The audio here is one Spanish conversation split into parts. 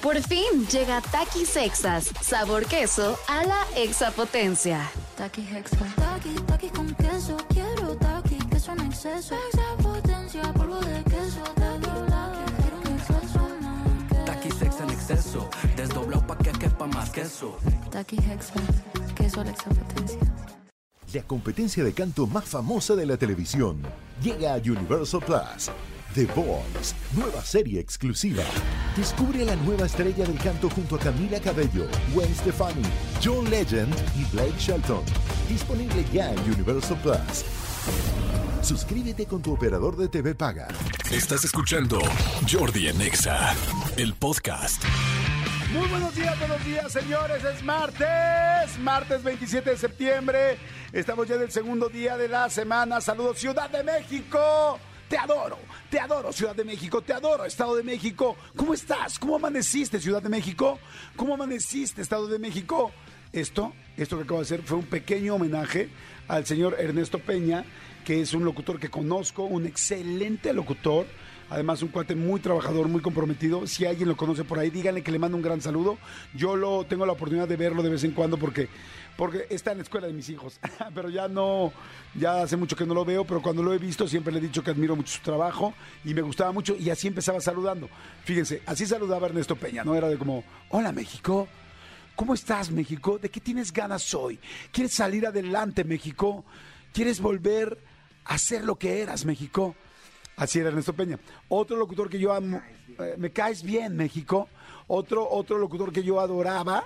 Por fin llega Takis Exas, sabor queso a la exapotencia. Takis Hexa. Takis con queso, quiero Takis, queso en exceso. Exapotencia, polvo de queso, quiero un exceso más. Takis Hexa en exceso, desdoblado pa' que quepa más queso. Takis Hexa, queso a la exapotencia. La competencia de canto más famosa de la televisión llega a Universal Plus. The Voice, nueva serie exclusiva. Descubre a la nueva estrella del canto junto a Camila Cabello, Gwen Stefani, John Legend y Blake Shelton. Disponible ya en Universal Plus. Suscríbete con tu operador de TV paga. Estás escuchando Jordi en Exa, el podcast. Muy buenos días, señores. Es martes 27 de septiembre. Estamos ya en el segundo día de la semana. Saludos, Ciudad de México. Te adoro, Ciudad de México, te adoro, Estado de México. ¿Cómo estás? ¿Cómo amaneciste, Ciudad de México? ¿Cómo amaneciste, Estado de México? Esto que acabo de hacer fue un pequeño homenaje al señor Ernesto Peña, que es un locutor que conozco, un excelente locutor. Además, un cuate muy trabajador, muy comprometido. Si alguien lo conoce por ahí, díganle que le mando un gran saludo. Yo tengo la oportunidad de verlo de vez en cuando porque está en la escuela de mis hijos. Pero ya hace mucho que no lo veo, pero cuando lo he visto siempre le he dicho que admiro mucho su trabajo y me gustaba mucho y así empezaba saludando. Fíjense, así saludaba Ernesto Peña, ¿no? Era de como, hola México, ¿cómo estás México? ¿De qué tienes ganas hoy? ¿Quieres salir adelante México? ¿Quieres volver a ser lo que eras México? Así era Ernesto Peña. Otro locutor que yo amo, me caes bien, México. Otro locutor que yo adoraba,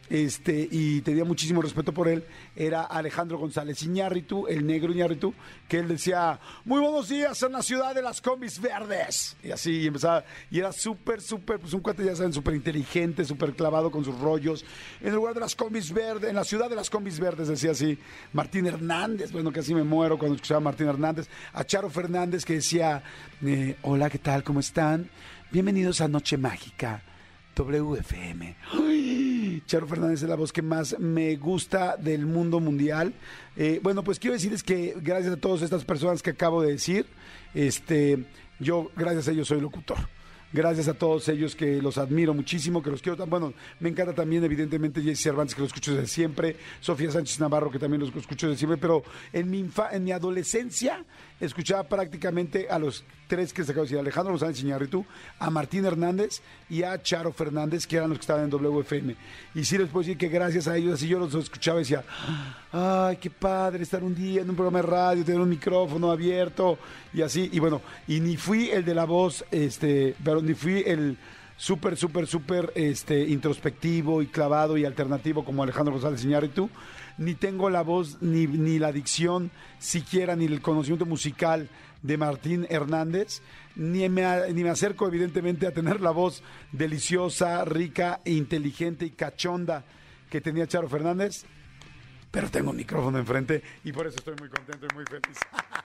y tenía muchísimo respeto por él, era Alejandro González Iñárritu, el negro Iñárritu, que él decía, muy buenos días en la ciudad de las combis verdes. Y así empezaba, y era súper, pues un cuate, ya saben, súper inteligente, súper clavado con sus rollos. En el lugar de las combis verdes, en la ciudad de las combis verdes, decía así. Martín Hernández, bueno, casi me muero cuando escuchaba a Martín Hernández. A Charo Fernández, que decía, hola, ¿qué tal? ¿Cómo están? Bienvenidos a Noche Mágica, WFM. ¡Ay! Charo Fernández es la voz que más me gusta del mundo mundial. Bueno, pues quiero decirles que gracias a todas estas personas que acabo de decir, yo gracias a ellos soy locutor. Gracias a todos ellos que los admiro muchísimo, que los quiero. Bueno, me encanta también, evidentemente, Jessy Cervantes, que lo escucho desde siempre. Sofía Sánchez Navarro, que también los escucho desde siempre. Pero en mi adolescencia, escuchaba prácticamente a los tres que se acabo de decir: Alejandro González Iñárritu, a Martín Hernández y a Charo Fernández, que eran los que estaban en WFM. Y sí les puedo decir que gracias a ellos, así yo los escuchaba y decía, ay, qué padre estar un día en un programa de radio, tener un micrófono abierto y así. Y bueno, y ni fui el de la voz, pero ni fui el súper introspectivo y clavado y alternativo como Alejandro González Iñárritu, ni tengo la voz, ni la dicción siquiera, ni el conocimiento musical de Martín Hernández, ni me acerco evidentemente a tener la voz deliciosa, rica, inteligente y cachonda que tenía Charo Fernández, pero tengo un micrófono enfrente y por eso estoy muy contento y muy feliz.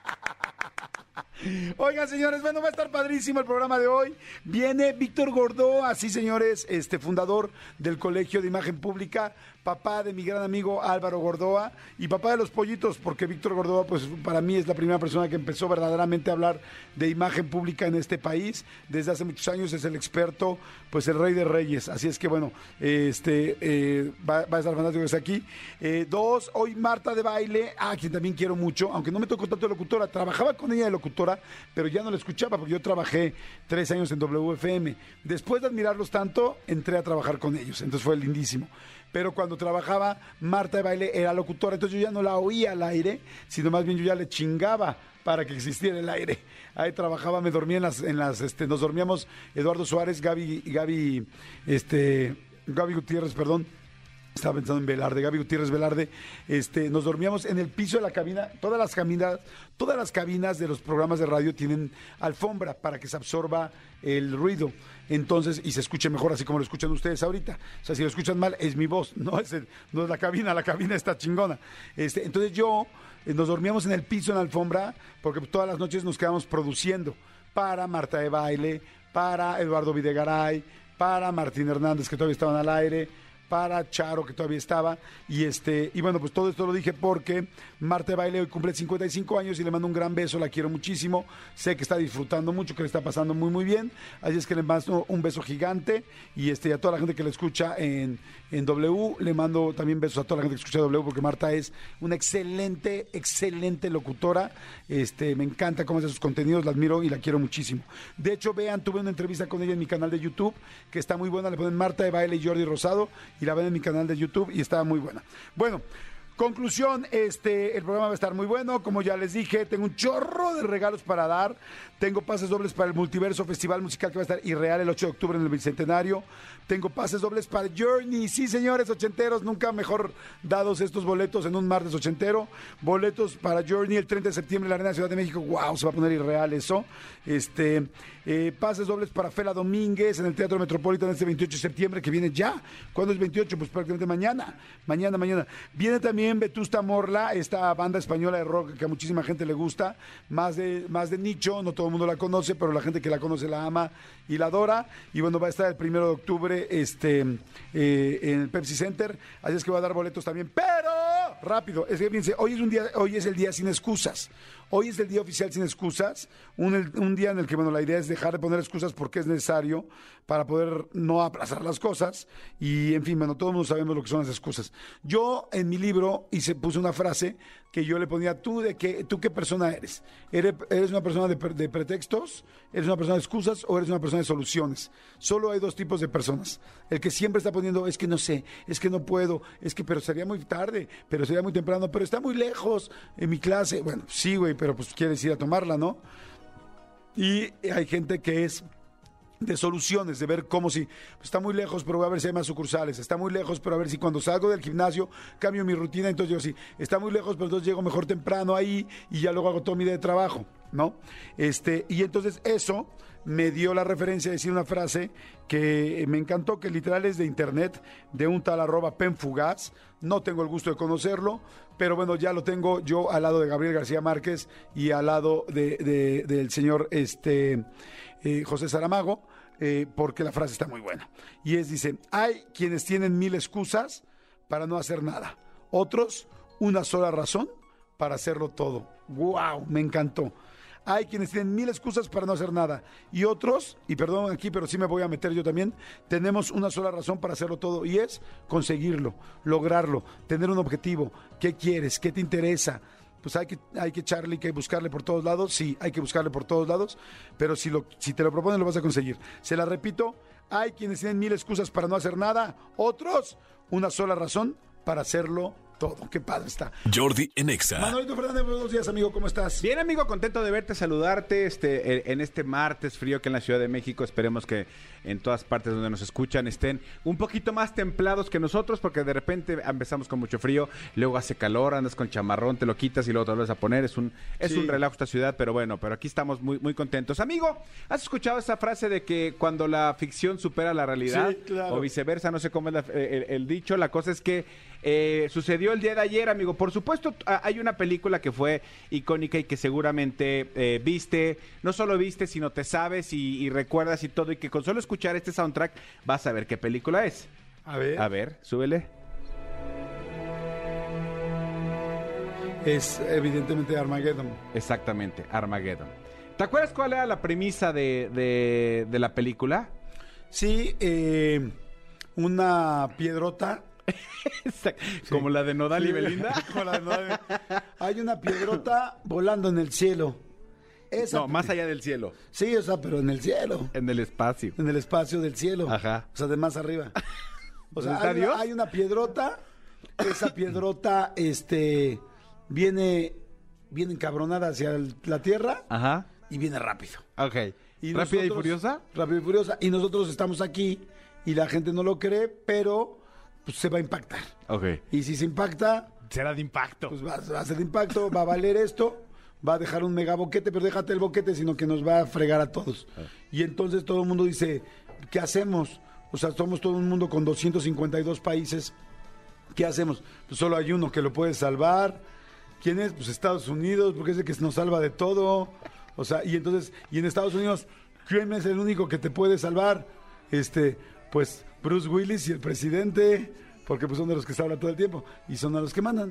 Oigan, señores, bueno, va a estar padrísimo el programa de hoy. Viene Víctor Gordoa, sí, señores, fundador del Colegio de Imagen Pública, papá de mi gran amigo Álvaro Gordoa y papá de los pollitos, porque Víctor Gordoa, pues para mí es la primera persona que empezó verdaderamente a hablar de imagen pública en este país. Desde hace muchos años es el experto, pues el rey de reyes. Así es que bueno, va a estar fantástico que esté aquí. Dos, hoy Marta de Baile, quien también quiero mucho, aunque no me tocó tanto de locutora, trabajaba con ella de locutora, pero ya no la escuchaba porque yo trabajé 3 años en WFM. Después de admirarlos tanto, entré a trabajar con ellos, entonces fue lindísimo. Pero cuando trabajaba Marta de Baile era locutora, entonces yo ya no la oía al aire, sino más bien yo ya le chingaba para que existiera el aire. Ahí trabajaba, me dormía nos dormíamos Eduardo Suárez, Gaby Gutiérrez, perdón. Estaba pensando en Velarde, Gaby Gutiérrez Velarde. Nos dormíamos en el piso de la cabina. Todas las cabinas de los programas de radio tienen alfombra para que se absorba el ruido. Entonces, y se escuche mejor, así como lo escuchan ustedes ahorita. O sea, si lo escuchan mal, es mi voz, no es la cabina está chingona. Entonces nos dormíamos en el piso, en la alfombra, porque todas las noches nos quedamos produciendo para Marta de Baile, para Eduardo Videgaray, para Martín Hernández, que todavía estaban al aire, para Charo, que todavía estaba, y bueno, pues todo esto lo dije porque Marta de Baile hoy cumple 55 años y le mando un gran beso, la quiero muchísimo, sé que está disfrutando mucho, que le está pasando muy muy bien, así es que le mando un beso gigante, y a toda la gente que le escucha en W, le mando también besos a toda la gente que escucha W, porque Marta es una excelente locutora, me encanta cómo hace sus contenidos, la admiro y la quiero muchísimo. De hecho, vean, tuve una entrevista con ella en mi canal de YouTube, que está muy buena, le ponen Marta de Baile y Jordi Rosado, y la ven en mi canal de YouTube y está muy buena. Bueno, conclusión, el programa va a estar muy bueno, como ya les dije, tengo un chorro de regalos para dar, tengo pases dobles para el Multiverso Festival Musical que va a estar irreal el 8 de octubre en el Bicentenario, tengo pases dobles para Journey, sí señores ochenteros, nunca mejor dados estos boletos en un martes ochentero, boletos para Journey el 30 de septiembre en la Arena Ciudad de México, wow, se va a poner irreal eso, pases dobles para Fela Domínguez en el Teatro Metropolitano este 28 de septiembre, que viene ya. ¿Cuándo es 28? Pues prácticamente mañana. Viene también Vetusta Morla, esta banda española de rock que a muchísima gente le gusta, más de nicho, no todo el mundo la conoce, pero la gente que la conoce la ama y la adora. Y bueno, va a estar el 1 de octubre en el Pepsi Center, así es que va a dar boletos también, pero rápido, es que fíjense, hoy es el día sin excusas. Hoy es el día oficial sin excusas, un día en el que, bueno, la idea es dejar de poner excusas porque es necesario para poder no aplazar las cosas y, en fin, bueno, todo el mundo sabemos lo que son las excusas. Yo, en mi libro, puse una frase que yo le ponía, ¿tú qué persona eres? ¿Eres una persona de pretextos? ¿Eres una persona de excusas o eres una persona de soluciones? Solo hay dos tipos de personas. El que siempre está poniendo, es que no sé, es que no puedo, pero sería muy tarde, pero sería muy temprano, pero está muy lejos en mi clase. Bueno, sí, güey, pero pues quieres ir a tomarla, ¿no? Y hay gente que es de soluciones, de ver cómo si está muy lejos, pero voy a ver si hay más sucursales, está muy lejos, pero a ver si cuando salgo del gimnasio cambio mi rutina, entonces yo sí, está muy lejos, pero entonces llego mejor temprano ahí y ya luego hago todo mi día de trabajo, ¿no? Y entonces eso me dio la referencia de decir una frase que me encantó, que literal es de internet, de un tal @penfugaz, no tengo el gusto de conocerlo, pero bueno, ya lo tengo yo al lado de Gabriel García Márquez y al lado del señor José Saramago, porque la frase está muy buena. Y dice, hay quienes tienen 1000 excusas para no hacer nada, otros una sola razón para hacerlo todo. ¡Wow! Me encantó. Hay quienes tienen 1000 excusas para no hacer nada. Y otros, y perdón aquí, pero sí me voy a meter yo también, tenemos una sola razón para hacerlo todo y es conseguirlo, lograrlo, tener un objetivo. ¿Qué quieres? ¿Qué te interesa? Pues hay que echarle, hay que buscarle por todos lados. Sí, hay que buscarle por todos lados, pero si te lo proponen lo vas a conseguir. Se la repito, hay quienes tienen 1000 excusas para no hacer nada, otros una sola razón para hacerlo todo. Qué padre está. Jordi en Exa. Manolito Fernández, buenos días, amigo, ¿cómo estás? Bien, amigo, contento de verte, saludarte en este martes frío que en la Ciudad de México. Esperemos que en todas partes donde nos escuchan estén un poquito más templados que nosotros, porque de repente empezamos con mucho frío, luego hace calor, andas con chamarrón, te lo quitas y luego te lo vuelves a poner. Es un relajo esta ciudad, pero bueno, pero aquí estamos muy, muy contentos. Amigo, ¿has escuchado esa frase de que cuando la ficción supera la realidad? Sí, claro. O viceversa, no sé cómo es el dicho. La cosa es que sucedió el día de ayer, amigo. Por supuesto, hay una película que fue icónica y que seguramente viste, no solo viste, sino te sabes y recuerdas y todo, y que con solo escuchar este soundtrack vas a ver qué película es. A ver, súbele. Es evidentemente Armageddon. Exactamente, Armageddon. ¿Te acuerdas cuál era la premisa de la película? Sí, una piedrota. Como la de Nodal y Belinda. Como la de Nodal. Hay una piedrota volando en el cielo. Más allá del cielo. Sí, o sea, pero en el cielo. En el espacio. En el espacio del cielo. Ajá. O sea, de más arriba. O sea, hay una piedrota. Esa piedrota, viene encabronada hacia la tierra. Ajá. Y viene rápido. Ok. ¿Rápida y furiosa? Rápida y furiosa. Y nosotros estamos aquí y la gente no lo cree, pero pues se va a impactar. Ok. Y si se impacta, será de impacto. Pues va a ser de impacto, va a valer esto, va a dejar un mega boquete, pero déjate el boquete, sino que nos va a fregar a todos. Y entonces todo el mundo dice, ¿qué hacemos? O sea, somos todo un mundo con 252 países. ¿Qué hacemos? Pues solo hay uno que lo puede salvar. ¿Quién es? Pues Estados Unidos, porque es el que nos salva de todo. O sea, y entonces, y en Estados Unidos, ¿quién es el único que te puede salvar? pues Bruce Willis y el presidente, porque pues son de los que se habla todo el tiempo y son a los que mandan.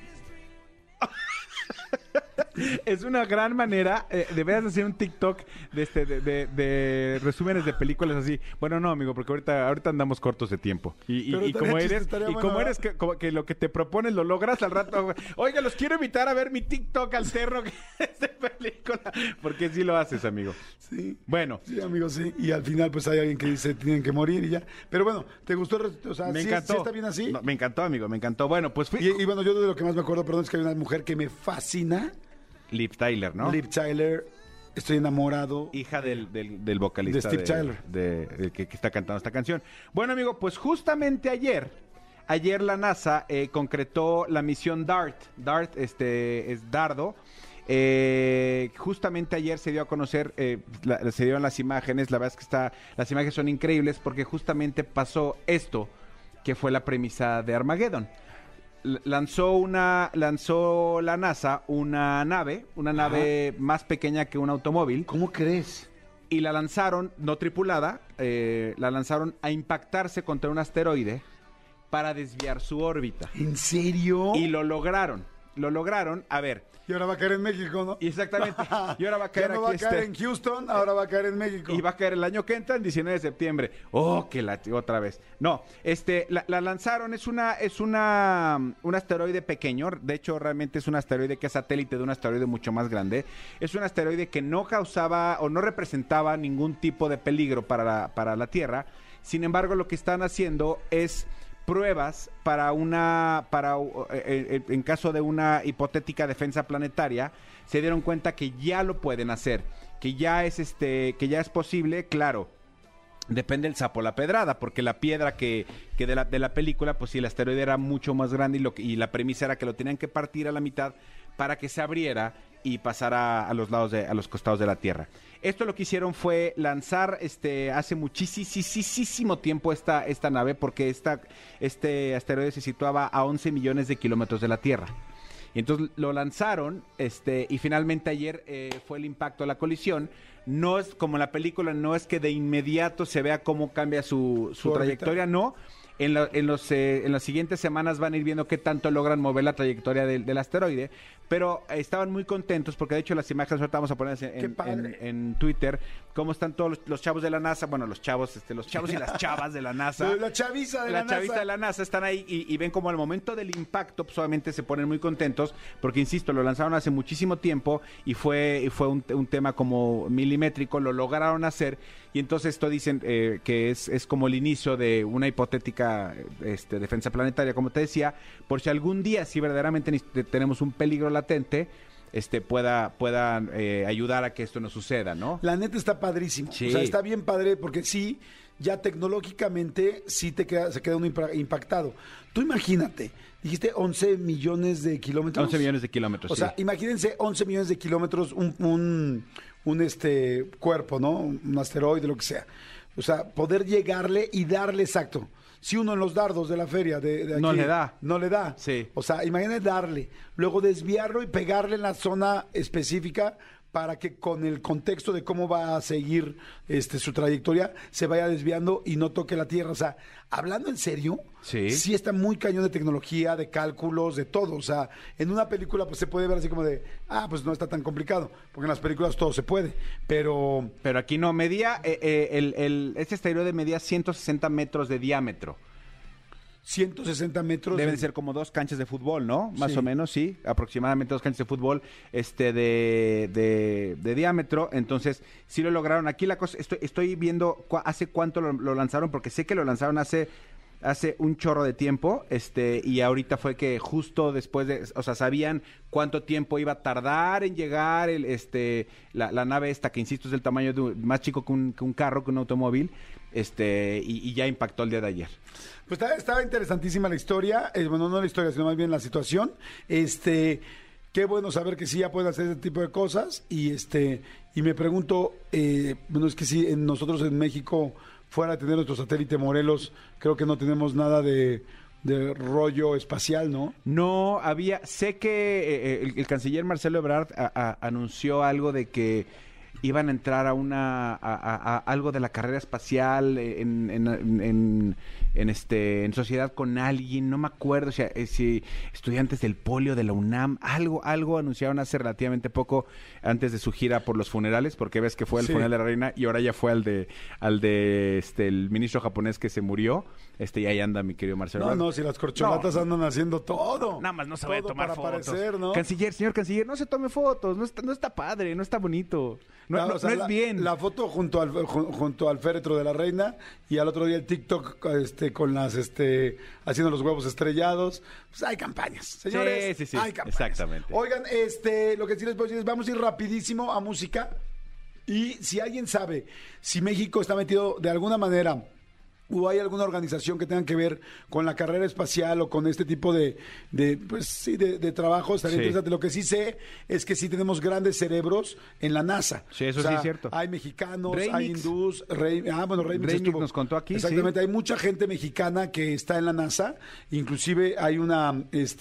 Es una gran manera, deberías hacer un TikTok de resúmenes de películas así. Bueno, no, amigo, porque ahorita andamos cortos de tiempo. Y como eres, que lo que te propones lo logras al rato. Oiga, los quiero invitar a ver mi TikTok alterno que es de película. Porque sí lo haces, amigo. Sí. Bueno. Sí, amigo, sí. Y al final, pues hay alguien que dice tienen que morir y ya. Pero bueno, ¿te gustó? O sea, Me ¿sí, encantó. ¿sí está bien así? No, me encantó, amigo, me encantó. Bueno, pues fui. Y bueno, yo de lo que más me acuerdo, perdón, es que hay una mujer que me fascina. Liv Tyler, ¿no? Liv Tyler. Estoy enamorado. Hija del vocalista de Steve Tyler. Que está cantando esta canción. Bueno, amigo, pues justamente ayer la NASA concretó la misión DART. DART es dardo. Justamente ayer se dio a conocer, se dieron las imágenes. La verdad es que las imágenes son increíbles porque justamente pasó esto, que fue la premisa de Armageddon. Lanzó la NASA una nave más pequeña que un automóvil. ¿Cómo crees? Y la lanzaron, no tripulada, la lanzaron a impactarse contra un asteroide para desviar su órbita. ¿En serio? Y lo lograron, a ver. Y ahora va a caer en México, ¿no? Exactamente. Y ahora va a caer ya no va a caer en Houston, ahora va a caer en México. Y va a caer el año que entra, el 19 de septiembre. ¡Oh, otra vez! No, la lanzaron, es un asteroide pequeño. De hecho, realmente es un asteroide que es satélite de un asteroide mucho más grande. Es un asteroide que no causaba o no representaba ningún tipo de peligro para la Tierra. Sin embargo, lo que están haciendo es pruebas en caso de una hipotética defensa planetaria. Se dieron cuenta que ya lo pueden hacer, que ya es posible. Claro, depende el sapo la pedrada, porque la piedra que de la película, pues sí, el asteroide era mucho más grande y la premisa era que lo tenían que partir a la mitad para que se abriera y pasara a los costados de la Tierra. Esto lo que hicieron fue lanzar hace muchísimo tiempo esta nave, porque este asteroide se situaba a 11 millones de kilómetros de la Tierra. Y entonces lo lanzaron, y finalmente ayer fue el impacto, la colisión. No es como en la película, no es que de inmediato se vea cómo cambia su trayectoria, no. En las siguientes semanas van a ir viendo qué tanto logran mover la trayectoria del asteroide, pero estaban muy contentos porque de hecho las imágenes ahorita vamos a poner en Twitter, cómo están todos los chavos de la NASA, bueno, los chavos y las chavas de la NASA. La chaviza de la NASA. Chaviza de la NASA están ahí y ven como al momento del impacto, pues obviamente se ponen muy contentos porque, insisto, lo lanzaron hace muchísimo tiempo y fue un tema como milimétrico, lo lograron hacer. Y entonces esto dicen que es como el inicio de una hipotética defensa planetaria, como te decía, por si algún día, si verdaderamente tenemos un peligro latente, pueda ayudar a que esto no suceda, ¿no? La neta está padrísimo. Sí. O sea, está bien padre porque sí, ya tecnológicamente sí se queda uno impactado. Tú imagínate, dijiste 11 millones de kilómetros. 11 millones de kilómetros, o sea, imagínense 11 millones de kilómetros, un cuerpo, ¿no? Un asteroide, lo que sea. O sea, poder llegarle y darle exacto. Si uno en los dardos de la feria de aquí, no le da. Sí. O sea, imagínate darle, luego desviarlo y pegarle en la zona específica para que con el contexto de cómo va a seguir su trayectoria se vaya desviando y no toque la Tierra. O sea, hablando en serio, sí está muy cañón de tecnología, de cálculos, de todo. O sea, en una película pues se puede ver así como de, pues no está tan complicado, porque en las películas todo se puede, pero aquí no, medía, este asteroide medía 160 metros de diámetro. 160 metros. Deben ser como 2 canchas de fútbol, ¿no? Más o menos, sí. Aproximadamente 2 canchas de fútbol de diámetro. Entonces, sí lo lograron. Aquí la cosa, estoy viendo hace cuánto lo lanzaron, porque sé que lo lanzaron hace un chorro de tiempo, y ahorita fue que justo después o sea, sabían cuánto tiempo iba a tardar en llegar la nave esta, que insisto es del tamaño más chico que un carro, que un automóvil, y ya impactó el día de ayer. Pues estaba interesantísima la historia, bueno, no la historia, sino más bien la situación. Qué bueno saber que sí ya pueden hacer ese tipo de cosas, y me pregunto, bueno, es que sí, nosotros en México, fuera de tener nuestro satélite Morelos, creo que no tenemos nada de rollo espacial, ¿no? No, sé que el canciller Marcelo Ebrard anunció algo de que iban a entrar a algo de la carrera espacial en sociedad con alguien, no me acuerdo, o sea, si estudiantes del Polio, de la UNAM, algo anunciaron hace relativamente poco antes de su gira por los funerales, porque ves que fue el funeral de la reina y ahora ya fue al de el ministro japonés que se murió, y ahí anda mi querido Marcelo. No, si las corcholatas andan haciendo todo. Nada más no se va a tomar para fotos. aparecer, ¿no? Señor canciller, no se tome fotos, no está padre, no está bonito, no es bien. La foto junto al féretro de la reina y al otro día el TikTok con las haciendo los huevos estrellados. Pues hay campañas, señores. Sí, hay campañas. Exactamente. Oigan, lo que sí les puedo decir es vamos a ir rapidísimo a música y si alguien sabe si México está metido de alguna manera o hay alguna organización que tenga que ver con la carrera espacial o con este tipo de trabajo, estaría interesante. Lo que sí sé es que sí tenemos grandes cerebros en la NASA. Sí, eso sí es cierto. Hay mexicanos, Remix. hay hindús, Remix nos contó aquí. Exactamente, sí. Hay mucha gente mexicana que está en la NASA, inclusive hay una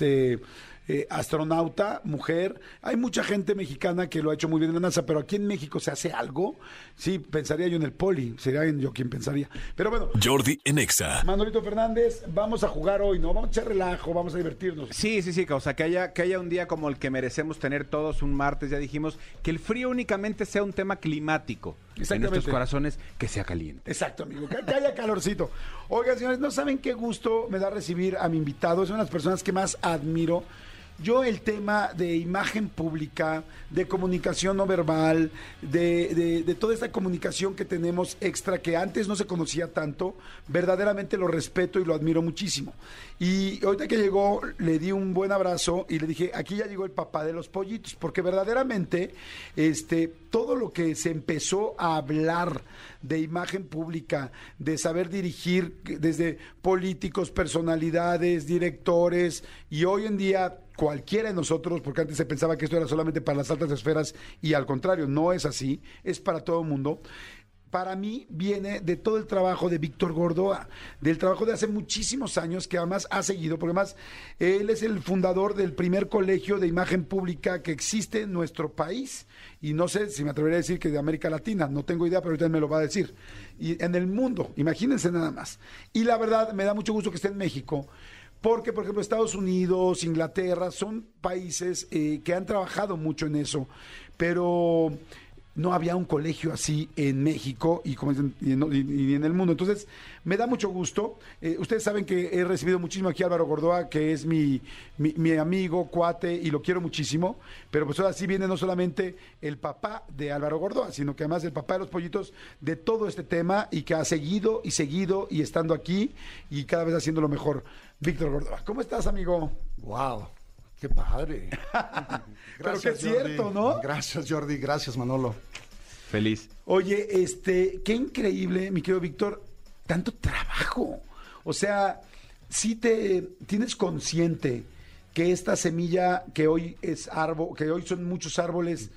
astronauta, mujer, hay mucha gente mexicana que lo ha hecho muy bien en la NASA, pero aquí en México se hace algo, sí, pensaría yo en el Poli, sería yo quien pensaría, pero bueno. Jordi en Exa. Manolito Fernández, vamos a jugar hoy, ¿no? Vamos a echar relajo, vamos a divertirnos. Sí, o sea, que haya un día como el que merecemos tener todos, un martes, ya dijimos, que el frío únicamente sea un tema climático. En nuestros corazones, que sea caliente. Exacto, amigo, que haya calorcito. Oigan, señores, no saben qué gusto me da recibir a mi invitado, es una de las personas que más admiro. Yo el tema de imagen pública, de comunicación no verbal, de toda esta comunicación que tenemos extra, que antes no se conocía tanto, verdaderamente lo respeto y lo admiro muchísimo. Y ahorita que llegó, le di un buen abrazo y le dije, aquí ya llegó el papá de los pollitos, porque verdaderamente todo lo que se empezó a hablar de imagen pública, de saber dirigir desde políticos, personalidades, directores, y hoy en día cualquiera de nosotros, porque antes se pensaba que esto era solamente para las altas esferas y al contrario, no es así, es para todo el mundo. Para mí viene de todo el trabajo de Víctor Gordoa, del trabajo de hace muchísimos años que además ha seguido, porque además él es el fundador del primer colegio de imagen pública que existe en nuestro país, y no sé si me atrevería a decir que de América Latina, no tengo idea, pero ahorita me lo va a decir, y en el mundo, imagínense nada más. Y la verdad, me da mucho gusto que esté en México, porque, por ejemplo, Estados Unidos, Inglaterra, son países que han trabajado mucho en eso, pero no había un colegio así en México y en el mundo. Entonces, me da mucho gusto. Ustedes saben que he recibido muchísimo aquí a Álvaro Gordoa, que es mi amigo, cuate, y lo quiero muchísimo. Pero pues ahora sí viene no solamente el papá de Álvaro Gordoa, sino que además el papá de los pollitos de todo este tema y que ha seguido y estando aquí y cada vez haciéndolo mejor. Víctor Gordoa, ¿cómo estás, amigo? ¡Wow! ¡Qué padre! Pero que es cierto, ¿no? Gracias, Jordi. Gracias, Manolo. Feliz. Oye, qué increíble, mi querido Víctor, tanto trabajo. O sea, sí tienes consciente que esta semilla que hoy es árbol, que hoy son muchos árboles,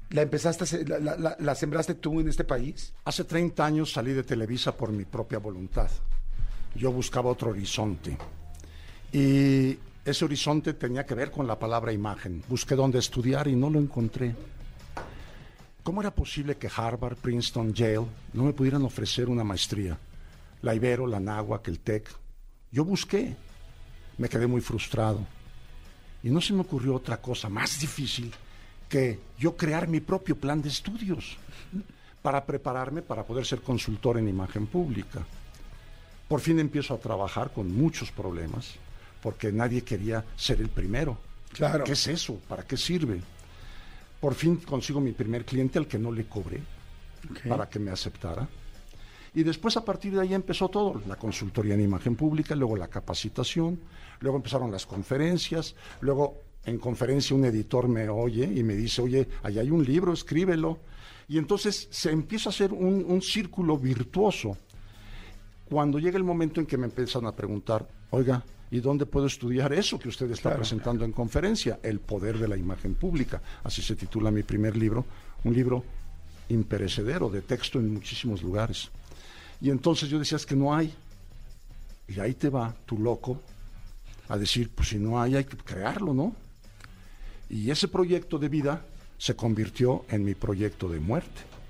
la sembraste tú en este país. Hace 30 años salí de Televisa por mi propia voluntad. Yo buscaba otro horizonte. Y ese horizonte tenía que ver con la palabra imagen. Busqué dónde estudiar y no lo encontré. ¿Cómo era posible que Harvard, Princeton, Yale no me pudieran ofrecer una maestría? La Ibero, la Anáhuac, el TEC. Yo busqué. Me quedé muy frustrado. Y no se me ocurrió otra cosa más difícil que yo crear mi propio plan de estudios para prepararme para poder ser consultor en imagen pública. Por fin empiezo a trabajar con muchos problemas, porque nadie quería ser el primero. Claro. ¿Qué es eso? ¿Para qué sirve? Por fin consigo mi primer cliente al que no le cobré, para que me aceptara. Y después, a partir de ahí, empezó todo. La consultoría en imagen pública, luego la capacitación, luego empezaron las conferencias, luego en conferencia un editor me oye y me dice, oye, allá hay un libro, escríbelo. Y entonces se empieza a hacer un círculo virtuoso. Cuando llega el momento en que me empiezan a preguntar, oiga, ¿y dónde puedo estudiar eso que usted está presentando en conferencia? El poder de la imagen pública. Así se titula mi primer libro, un libro imperecedero, de texto en muchísimos lugares. Y entonces yo decía, es que no hay. Y ahí te va tu loco a decir, pues si no hay que crearlo, ¿no? Y ese proyecto de vida se convirtió en mi proyecto de muerte.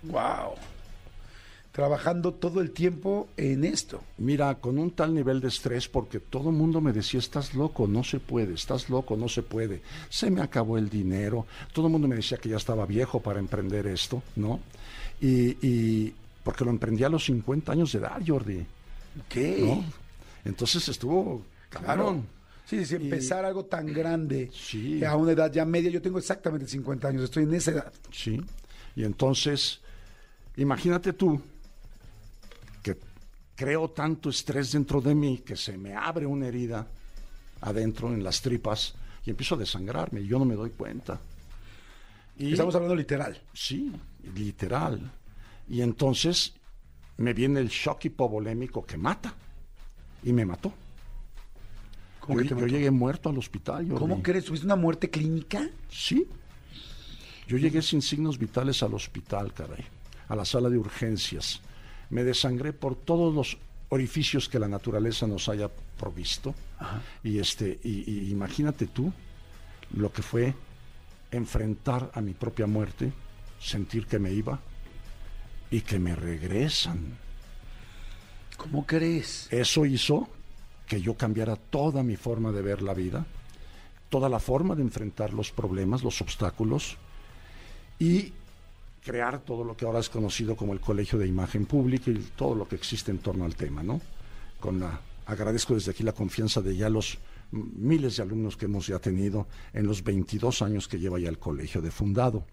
Wow. Trabajando todo el tiempo en esto. Mira, con un tal nivel de estrés, porque todo el mundo me decía, estás loco, no se puede, estás loco, no se puede. Se me acabó el dinero. Todo el mundo me decía que ya estaba viejo para emprender esto, ¿no? Y porque lo emprendí a los 50 años de edad, Jordi. ¿Qué? ¿No? Entonces estuvo cabrón. Sí, empezar algo tan grande Sí. a una edad ya media. Yo tengo exactamente 50 años, estoy en esa edad. Sí. Y entonces, imagínate tú que creo tanto estrés dentro de mí que se me abre una herida adentro en las tripas y empiezo a desangrarme y yo no me doy cuenta. Y, Estamos hablando literal. sí, literal. Y entonces me viene el shock hipovolémico que mata. Y me mató. ¿Cómo que te Yo mató? llegué muerto al hospital. Jordi. ¿Cómo crees? ¿Tuviste una muerte clínica? Sí. Yo llegué sin signos vitales al hospital, caray. A la sala de urgencias. Me desangré por todos los orificios que la naturaleza nos haya provisto. Ajá. Y imagínate tú lo que fue enfrentar a mi propia muerte, sentir que me iba y que me regresan. ¿Cómo crees? Eso hizo que yo cambiara toda mi forma de ver la vida, toda la forma de enfrentar los problemas, los obstáculos y crear todo lo que ahora es conocido como el Colegio de Imagen Pública y todo lo que existe en torno al tema, ¿no? Agradezco desde aquí la confianza de ya los miles de alumnos que hemos ya tenido en los 22 años que lleva ya el colegio de fundado.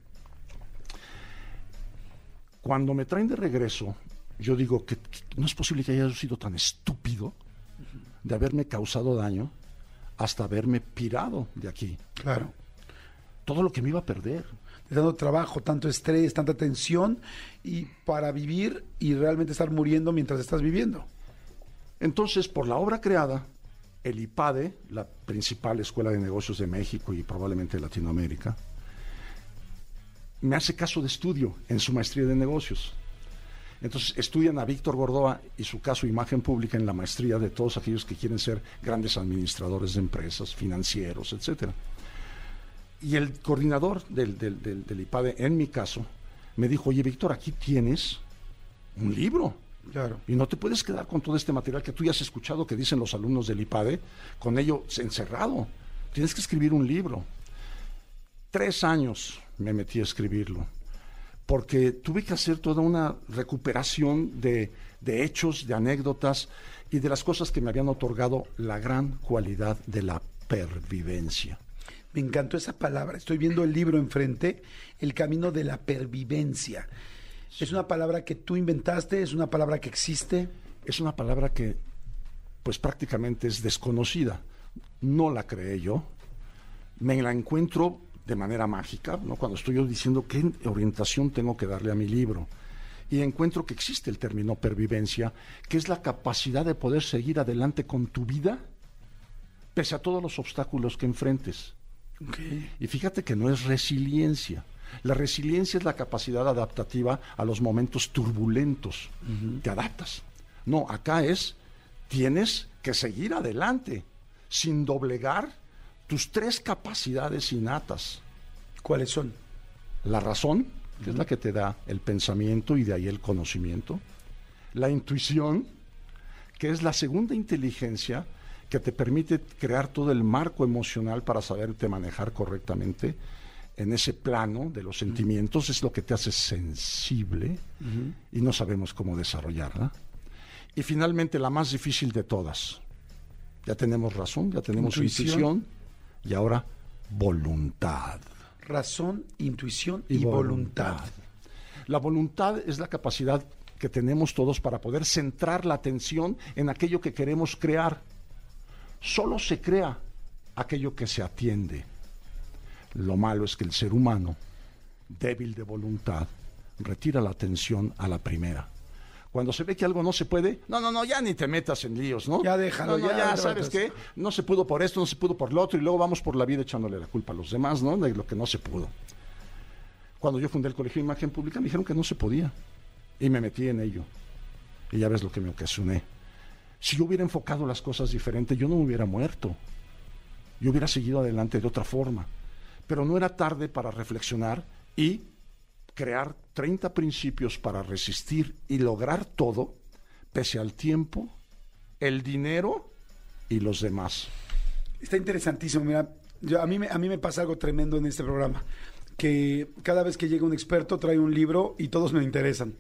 Cuando me traen de regreso, yo digo que no es posible que haya sido tan estúpido de haberme causado daño hasta haberme pirado de aquí. Claro. Todo lo que me iba a perder. Tanto trabajo, tanto estrés, tanta tensión y para vivir y realmente estar muriendo mientras estás viviendo. Entonces, por la obra creada, el IPADE, la principal escuela de negocios de México y probablemente de Latinoamérica, me hace caso de estudio en su maestría de negocios. Entonces estudian a Víctor Gordoa y su caso Imagen Pública en la maestría de todos aquellos que quieren ser grandes administradores de empresas, financieros, etcétera. Y el coordinador del IPADE, en mi caso, me dijo, oye Víctor, aquí tienes un libro. Claro. Y no te puedes quedar con todo este material que tú ya has escuchado que dicen los alumnos del IPADE, con ello encerrado. Tienes que escribir un libro. 3 años me metí a escribirlo, porque tuve que hacer toda una recuperación de hechos, de anécdotas y de las cosas que me habían otorgado la gran cualidad de la pervivencia. Me encantó esa palabra. Estoy viendo el libro enfrente, El camino de la pervivencia. ¿Es una palabra que tú inventaste? ¿Es una palabra que existe? Es una palabra que, pues prácticamente es desconocida. No la creé yo. Me la encuentro de manera mágica, ¿no? Cuando estoy yo diciendo qué orientación tengo que darle a mi libro. Y encuentro que existe el término pervivencia, que es la capacidad de poder seguir adelante con tu vida, pese a todos los obstáculos que enfrentes. Okay. Y fíjate que no es resiliencia. La resiliencia es la capacidad adaptativa a los momentos turbulentos. Te adaptas. No, acá tienes que seguir adelante, sin doblegar tus 3 capacidades innatas. ¿Cuáles son? La razón, que es la que te da el pensamiento y de ahí el conocimiento. La intuición, que es la segunda inteligencia que te permite crear todo el marco emocional para saberte manejar correctamente en ese plano de los sentimientos, es lo que te hace sensible y no sabemos cómo desarrollarla. Y finalmente la más difícil de todas. Ya tenemos razón, ya tenemos intuición y ahora voluntad. Razón, intuición y voluntad. La voluntad es la capacidad que tenemos todos para poder centrar la atención en aquello que queremos crear. Solo se crea aquello que se atiende. Lo malo es que el ser humano, débil de voluntad, retira la atención a la primera. Cuando se ve que algo no se puede, no, ya ni te metas en líos, ¿no? Ya déjalo, ya ¿sabes qué? No se pudo por esto, no se pudo por lo otro, y luego vamos por la vida echándole la culpa a los demás, ¿no? De lo que no se pudo. Cuando yo fundé el Colegio de Imagen Pública, me dijeron que no se podía, y me metí en ello. Y ya ves lo que me ocasioné. Si yo hubiera enfocado las cosas diferente, yo no me hubiera muerto. Yo hubiera seguido adelante de otra forma. Pero no era tarde para reflexionar y crear 30 principios para resistir y lograr todo, pese al tiempo, el dinero y los demás. Está interesantísimo. Mira, a mí me pasa algo tremendo en este programa, que cada vez que llega un experto trae un libro y todos me interesan.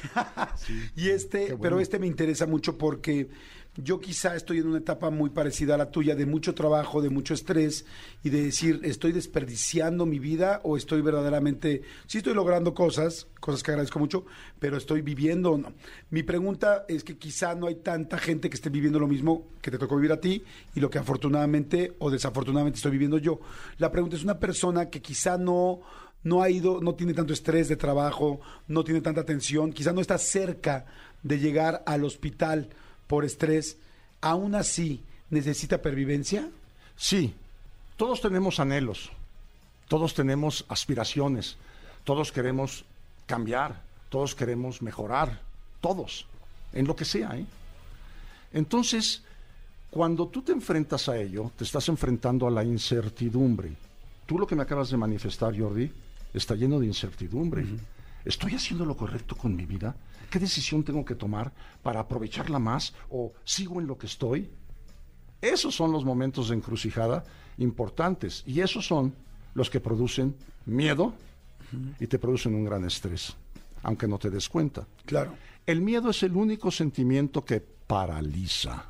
Y pero este me interesa mucho porque yo quizá estoy en una etapa muy parecida a la tuya, de mucho trabajo, de mucho estrés, y de decir, ¿estoy desperdiciando mi vida o estoy verdaderamente, sí estoy logrando cosas que agradezco mucho, pero estoy viviendo o no? Mi pregunta es que quizá no hay tanta gente que esté viviendo lo mismo que te tocó vivir a ti y lo que afortunadamente o desafortunadamente estoy viviendo yo. La pregunta es, una persona que quizá no tiene tanto estrés de trabajo, no tiene tanta tensión, quizá no está cerca de llegar al hospital por estrés, ¿aún así necesita pervivencia? Sí, todos tenemos anhelos, todos tenemos aspiraciones, todos queremos cambiar, todos queremos mejorar, todos, en lo que sea, ¿eh? Entonces, cuando tú te enfrentas a ello, te estás enfrentando a la incertidumbre. Tú lo que me acabas de manifestar, Jordi, está lleno de incertidumbre. ¿Estoy haciendo lo correcto con mi vida? ¿Qué decisión tengo que tomar para aprovecharla más o sigo en lo que estoy? Esos son los momentos de encrucijada importantes y esos son los que producen miedo y te producen un gran estrés, aunque no te des cuenta. Claro. El miedo es el único sentimiento que paraliza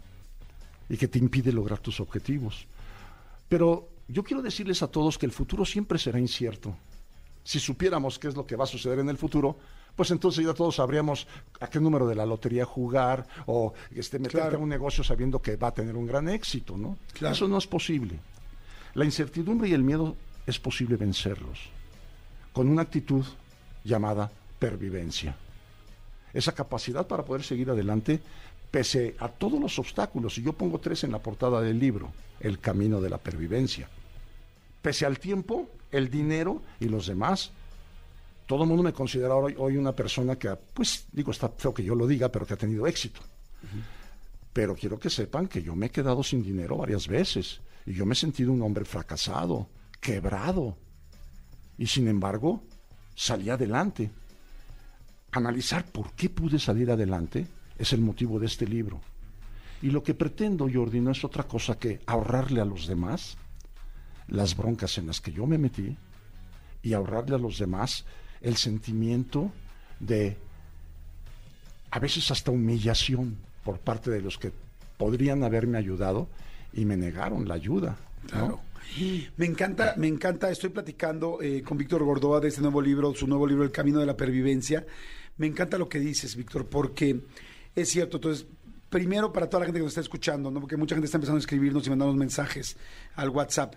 y que te impide lograr tus objetivos. Pero yo quiero decirles a todos que el futuro siempre será incierto. Si supiéramos qué es lo que va a suceder en el futuro, pues entonces ya todos sabríamos a qué número de la lotería jugar o meterte a un negocio sabiendo que va a tener un gran éxito, ¿no? Claro. Eso no es posible. La incertidumbre y el miedo es posible vencerlos con una actitud llamada pervivencia. Esa capacidad para poder seguir adelante pese a todos los obstáculos. Y yo pongo 3 en la portada del libro: el camino de la pervivencia. Pese al tiempo, el dinero y los demás. Todo el mundo me considera hoy una persona que, pues, digo, está feo que yo lo diga, pero que ha tenido éxito. Pero quiero que sepan que yo me he quedado sin dinero varias veces. Y yo me he sentido un hombre fracasado, quebrado. Y sin embargo, salí adelante. Analizar por qué pude salir adelante es el motivo de este libro. Y lo que pretendo, Jordi, no es otra cosa que ahorrarle a los demás las broncas en las que yo me metí y ahorrarle a los demás el sentimiento de, a veces hasta humillación por parte de los que podrían haberme ayudado y me negaron la ayuda, ¿no? Claro. Me encanta, estoy platicando con Víctor Gordoa de este nuevo libro, su nuevo libro, El Camino de la Pervivencia. Me encanta lo que dices, Víctor, porque es cierto. Entonces, primero, para toda la gente que nos está escuchando, ¿no? Porque mucha gente está empezando a escribirnos y mandarnos mensajes al WhatsApp.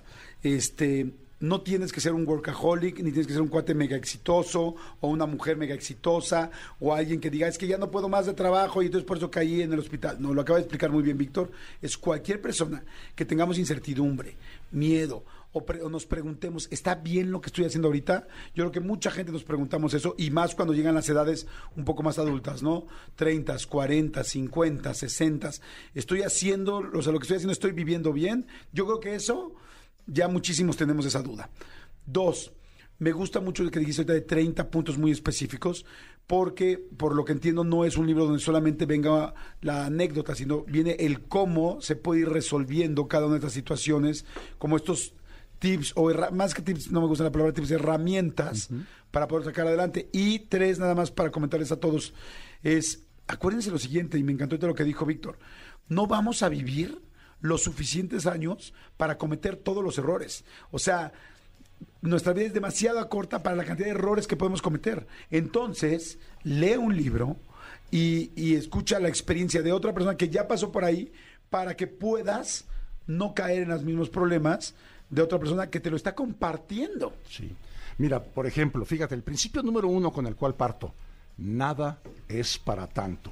No tienes que ser un workaholic, ni tienes que ser un cuate mega exitoso, o una mujer mega exitosa, o alguien que diga, es que ya no puedo más de trabajo y entonces por eso caí en el hospital. No, lo acaba de explicar muy bien Víctor. Es cualquier persona que tengamos incertidumbre, miedo, o nos preguntemos, ¿está bien lo que estoy haciendo ahorita? Yo creo que mucha gente nos preguntamos eso, y más cuando llegan las edades un poco más adultas, ¿no? 30, 40, 50, 60. ¿Estoy haciendo, o sea, lo que estoy haciendo, estoy viviendo bien? Yo creo que eso, ya muchísimos tenemos esa duda. 2, me gusta mucho lo que dijiste ahorita de 30 puntos muy específicos, porque, por lo que entiendo, no es un libro donde solamente venga la anécdota, sino viene el cómo se puede ir resolviendo cada una de estas situaciones, como estos tips, o más que tips, no me gusta la palabra tips, herramientas para poder sacar adelante. Y 3, nada más para comentarles a todos, es, acuérdense lo siguiente, y me encantó lo que dijo Víctor, no vamos a vivir los suficientes años para cometer todos los errores. O sea, nuestra vida es demasiado corta para la cantidad de errores que podemos cometer. Entonces, lee un libro y escucha la experiencia de otra persona que ya pasó por ahí, para que puedas no caer en los mismos problemas de otra persona que te lo está compartiendo. Sí. Mira, por ejemplo, fíjate, el principio número 1 con el cual parto: nada es para tanto.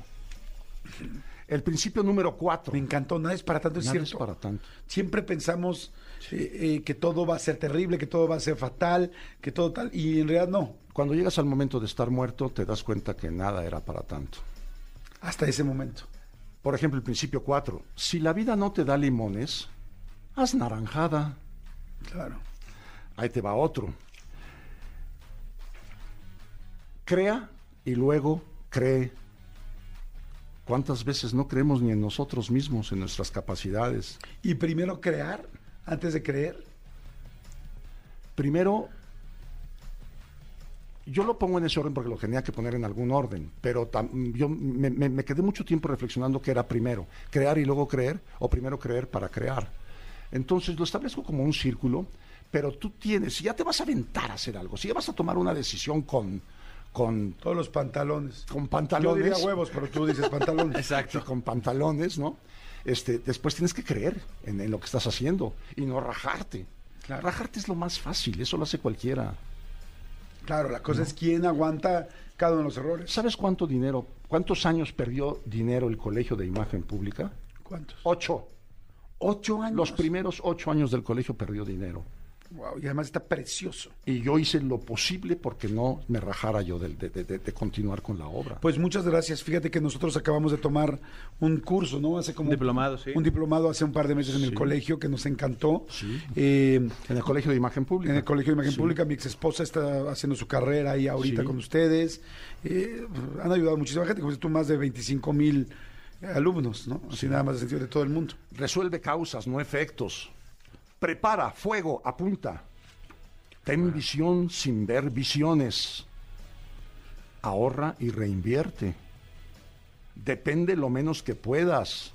El principio número 4. Me encantó, nada es para tanto, es nada cierto. es para tanto. Siempre pensamos que todo va a ser terrible, que todo va a ser fatal, que todo tal, y en realidad no. Cuando llegas al momento de estar muerto, te das cuenta que nada era para tanto. Hasta ese momento. Por ejemplo, el principio 4. Si la vida no te da limones, haz naranjada. Claro. Ahí te va otro. Crea y luego cree. ¿Cuántas veces no creemos ni en nosotros mismos, en nuestras capacidades? Y primero crear antes de creer. Primero, yo lo pongo en ese orden porque lo tenía que poner en algún orden, pero yo me quedé mucho tiempo reflexionando qué era primero, crear y luego creer, o primero creer para crear. Entonces lo establezco como un círculo, pero tú tienes, si ya te vas a aventar a hacer algo, si ya vas a tomar una decisión con Todos los pantalones. con pantalones. Yo diría huevos, pero tú dices pantalones. Exacto. Sí, con pantalones, ¿no? Después tienes que creer en lo que estás haciendo y no rajarte. Claro. Rajarte es lo más fácil, eso lo hace cualquiera. Claro, la cosa es quién aguanta cada uno de los errores. ¿Sabes cuántos años perdió dinero el Colegio de Imagen Pública? ¿Cuántos? 8. 8 años. Los primeros 8 años del colegio perdió dinero. Wow, y además está precioso. Y yo hice lo posible porque no me rajara yo de continuar con la obra. Pues muchas gracias. Fíjate que nosotros acabamos de tomar un curso, ¿no? Hace como Un diplomado, sí. Un diplomado hace un par de meses en el Sí. colegio que nos encantó. Sí. En En el Colegio de Imagen Pública. el Colegio de Imagen Sí. Pública, mi ex esposa está haciendo su carrera ahí ahorita Sí. con ustedes. Han ayudado muchísima gente, como dices tú, más de 25,000 alumnos, ¿no? Así nada más de sentido de todo el mundo. Resuelve causas, no efectos. Prepara, fuego, apunta. Ten visión sin ver visiones. Ahorra y reinvierte. Depende lo menos que puedas.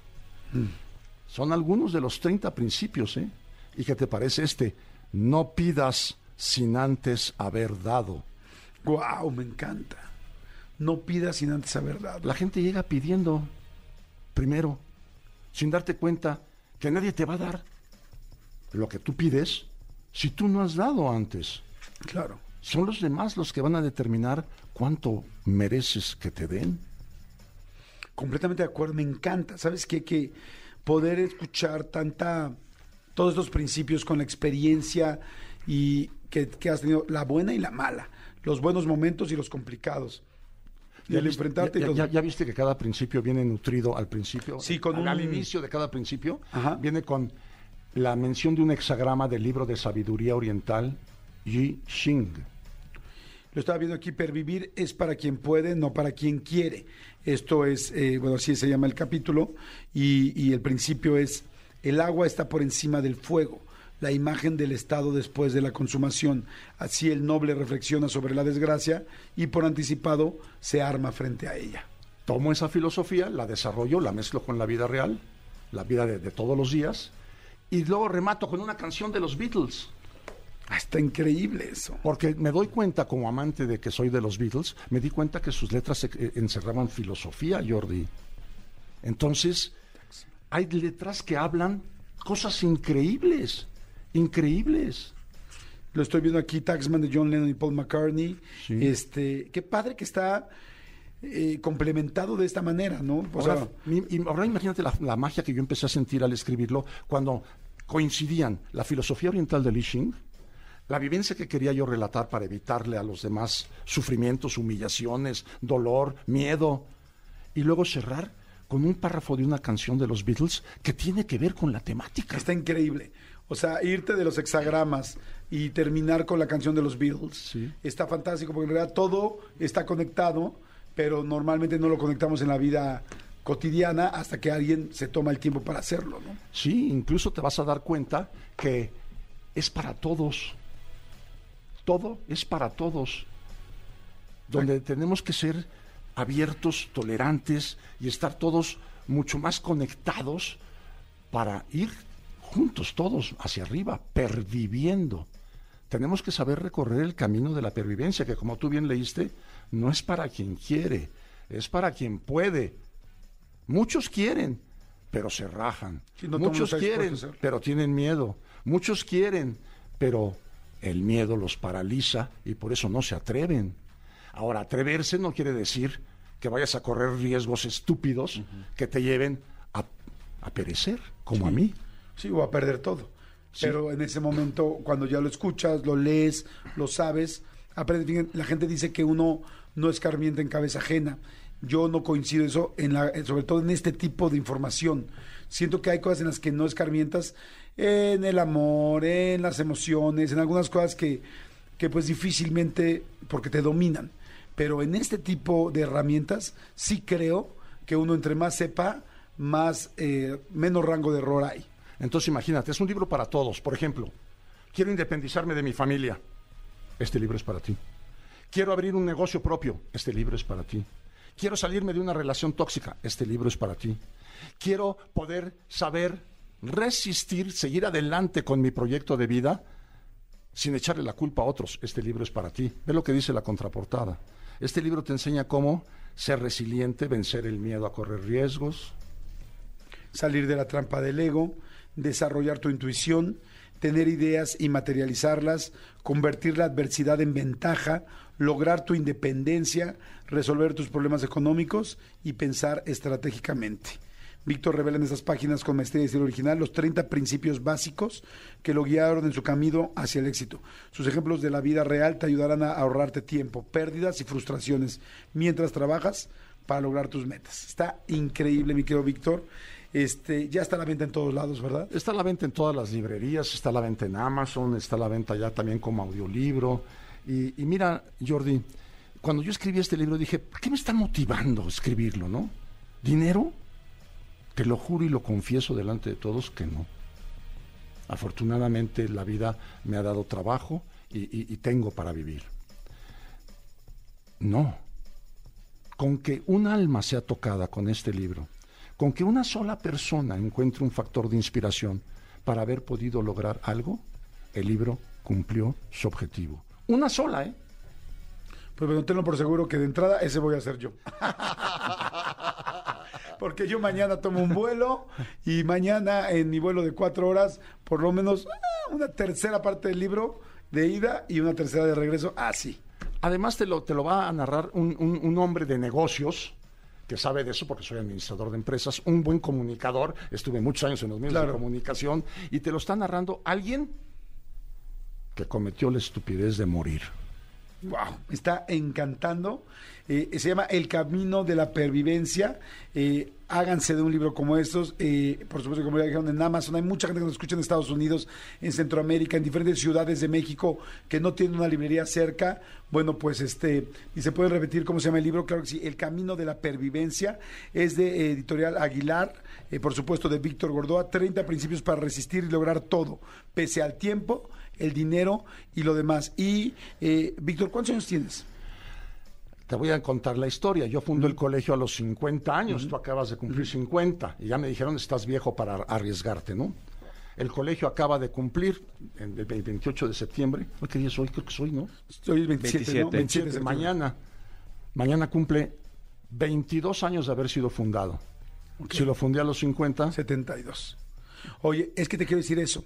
Son algunos de los 30 principios, ¿eh? ¿Y qué te parece este? No pidas sin antes haber dado. ¡Guau! Me encanta. No pidas sin antes haber dado. La gente llega pidiendo primero, sin darte cuenta que nadie te va a dar lo que tú pides si tú no has dado antes. Claro. Son los demás los que van a determinar cuánto mereces que te den. Completamente de acuerdo, me encanta. ¿Sabes qué? Que poder escuchar todos estos principios con la experiencia y que has tenido, la buena y la mala, los buenos momentos y los complicados. Y al enfrentarte y ya viste que cada principio viene nutrido al principio. Sí, con al un- inicio de cada principio Ajá. viene con la mención de un hexagrama del libro de sabiduría oriental, Yi Xing. Lo estaba viendo aquí, pervivir es para quien puede, no para quien quiere. Esto es, bueno, así se llama el capítulo, y el principio es, el agua está por encima del fuego, la imagen del estado después de la consumación. Así el noble reflexiona sobre la desgracia y por anticipado se arma frente a ella. Tomo esa filosofía, la desarrollo, la mezclo con la vida real, la vida de todos los días, y luego remato con una canción de los Beatles. Ah, está increíble eso. Porque me doy cuenta, como amante de que soy de los Beatles, me di cuenta que sus letras encerraban filosofía, Jordi. Entonces, hay letras que hablan cosas increíbles, increíbles. Lo estoy viendo aquí, Taxman de John Lennon y Paul McCartney. Sí. Qué padre que está complementado de esta manera, ¿no? O sea, Ahora imagínate la magia que yo empecé a sentir al escribirlo cuando coincidían la filosofía oriental de Li Xing, la vivencia que quería yo relatar para evitarle a los demás sufrimientos, humillaciones, dolor, miedo, y luego cerrar con un párrafo de una canción de los Beatles que tiene que ver con la temática. está increíble. O sea, irte de los hexagramas y terminar con la canción de los Beatles. Sí. Está fantástico porque en realidad todo está conectado, pero normalmente no lo conectamos en la vida cotidiana hasta que alguien se toma el tiempo para hacerlo, ¿no? Sí, incluso te vas a dar cuenta que es para todos. Todo es para todos. Donde tenemos que ser abiertos, tolerantes y estar todos mucho más conectados para ir juntos todos hacia arriba, perviviendo. Tenemos que saber recorrer el camino de la pervivencia, que como tú bien leíste, no es para quien quiere, es para quien puede. Muchos quieren, pero se rajan. Sí, no todo el mundo Muchos está dispuesto quieren, a hacerlo. pero tienen miedo. Muchos quieren, pero el miedo los paraliza y por eso no se atreven. Ahora, atreverse no quiere decir que vayas a correr riesgos estúpidos que te lleven a perecer, como a mí. Sí, o a perder todo. Sí. Pero en ese momento, cuando ya lo escuchas, lo lees, lo sabes, aprendes. Fíjate, la gente dice que uno no escarmienta en cabeza ajena. Yo no coincido eso, sobre todo en este tipo de información. Siento que hay cosas en las que no escarmientas, en el amor, en las emociones, en algunas cosas que pues difícilmente, porque te dominan. pero en este tipo de herramientas sí creo que uno entre más sepa, menos rango de error hay. Entonces imagínate, es un libro para todos. Por ejemplo, quiero independizarme de mi familia. Este libro es para ti. Quiero abrir un negocio propio. Este libro es para ti. Quiero salirme de una relación tóxica. Este libro es para ti. Quiero poder saber resistir, seguir adelante con mi proyecto de vida sin echarle la culpa a otros. Este libro es para ti. Ve lo que dice la contraportada. Este libro te enseña cómo ser resiliente, vencer el miedo a correr riesgos, salir de la trampa del ego, desarrollar tu intuición, tener ideas y materializarlas, convertir la adversidad en ventaja, lograr tu independencia, resolver tus problemas económicos y pensar estratégicamente. Víctor revela en estas páginas con maestría y estilo original los 30 principios básicos que lo guiaron en su camino hacia el éxito. Sus ejemplos de la vida real te ayudarán a ahorrarte tiempo, pérdidas y frustraciones mientras trabajas para lograr tus metas. Está increíble, mi querido Víctor. Ya está a la venta en todos lados, ¿verdad? Está a la venta en todas las librerías, está a la venta en Amazon, está a la venta ya también como audiolibro. Y mira, Jordi, cuando yo escribí este libro dije, ¿qué me está motivando a escribirlo, no? ¿Dinero? Te lo juro y lo confieso delante de todos que no. Afortunadamente la vida me ha dado trabajo y tengo para vivir. No. Con que un alma sea tocada con este libro, con que una sola persona encuentre un factor de inspiración para haber podido lograr algo, el libro cumplió su objetivo. Una sola, ¿eh? Pues bueno, tenlo por seguro que de entrada ese voy a hacer yo. Porque yo mañana tomo un vuelo y mañana en mi vuelo de 4 horas, por lo menos una tercera parte del libro de ida y una tercera de regreso, así. Además te lo va a narrar un hombre de negocios que sabe de eso porque soy administrador de empresas, un buen comunicador, estuve muchos años en los medios de comunicación y te lo está narrando alguien que cometió la estupidez de morir. Wow, me está encantando. Se llama El Camino de la Pervivencia. Háganse de un libro como estos. Por supuesto, como ya dijeron, en Amazon. Hay mucha gente que nos escucha en Estados Unidos, en Centroamérica, en diferentes ciudades de México que no tienen una librería cerca. Bueno, pues y se puede repetir cómo se llama el libro. Claro que sí, El Camino de la Pervivencia. Es de Editorial Aguilar, por supuesto, de Víctor Gordoa. 30 principios para resistir y lograr todo, pese al tiempo, el dinero y lo demás. Y, Víctor, ¿cuántos años tienes? Te voy a contar la historia. Yo fundo el colegio a los 50 años, tú acabas de cumplir 50, y ya me dijeron, estás viejo para arriesgarte, ¿no? El colegio acaba de cumplir, el 28 de septiembre, ¿qué día soy? Creo que soy, ¿no? Soy el 27, ¿no? 27 de mañana cumple 22 años de haber sido fundado. Okay. Si lo fundé a los 50... 72. Oye, es que te quiero decir eso,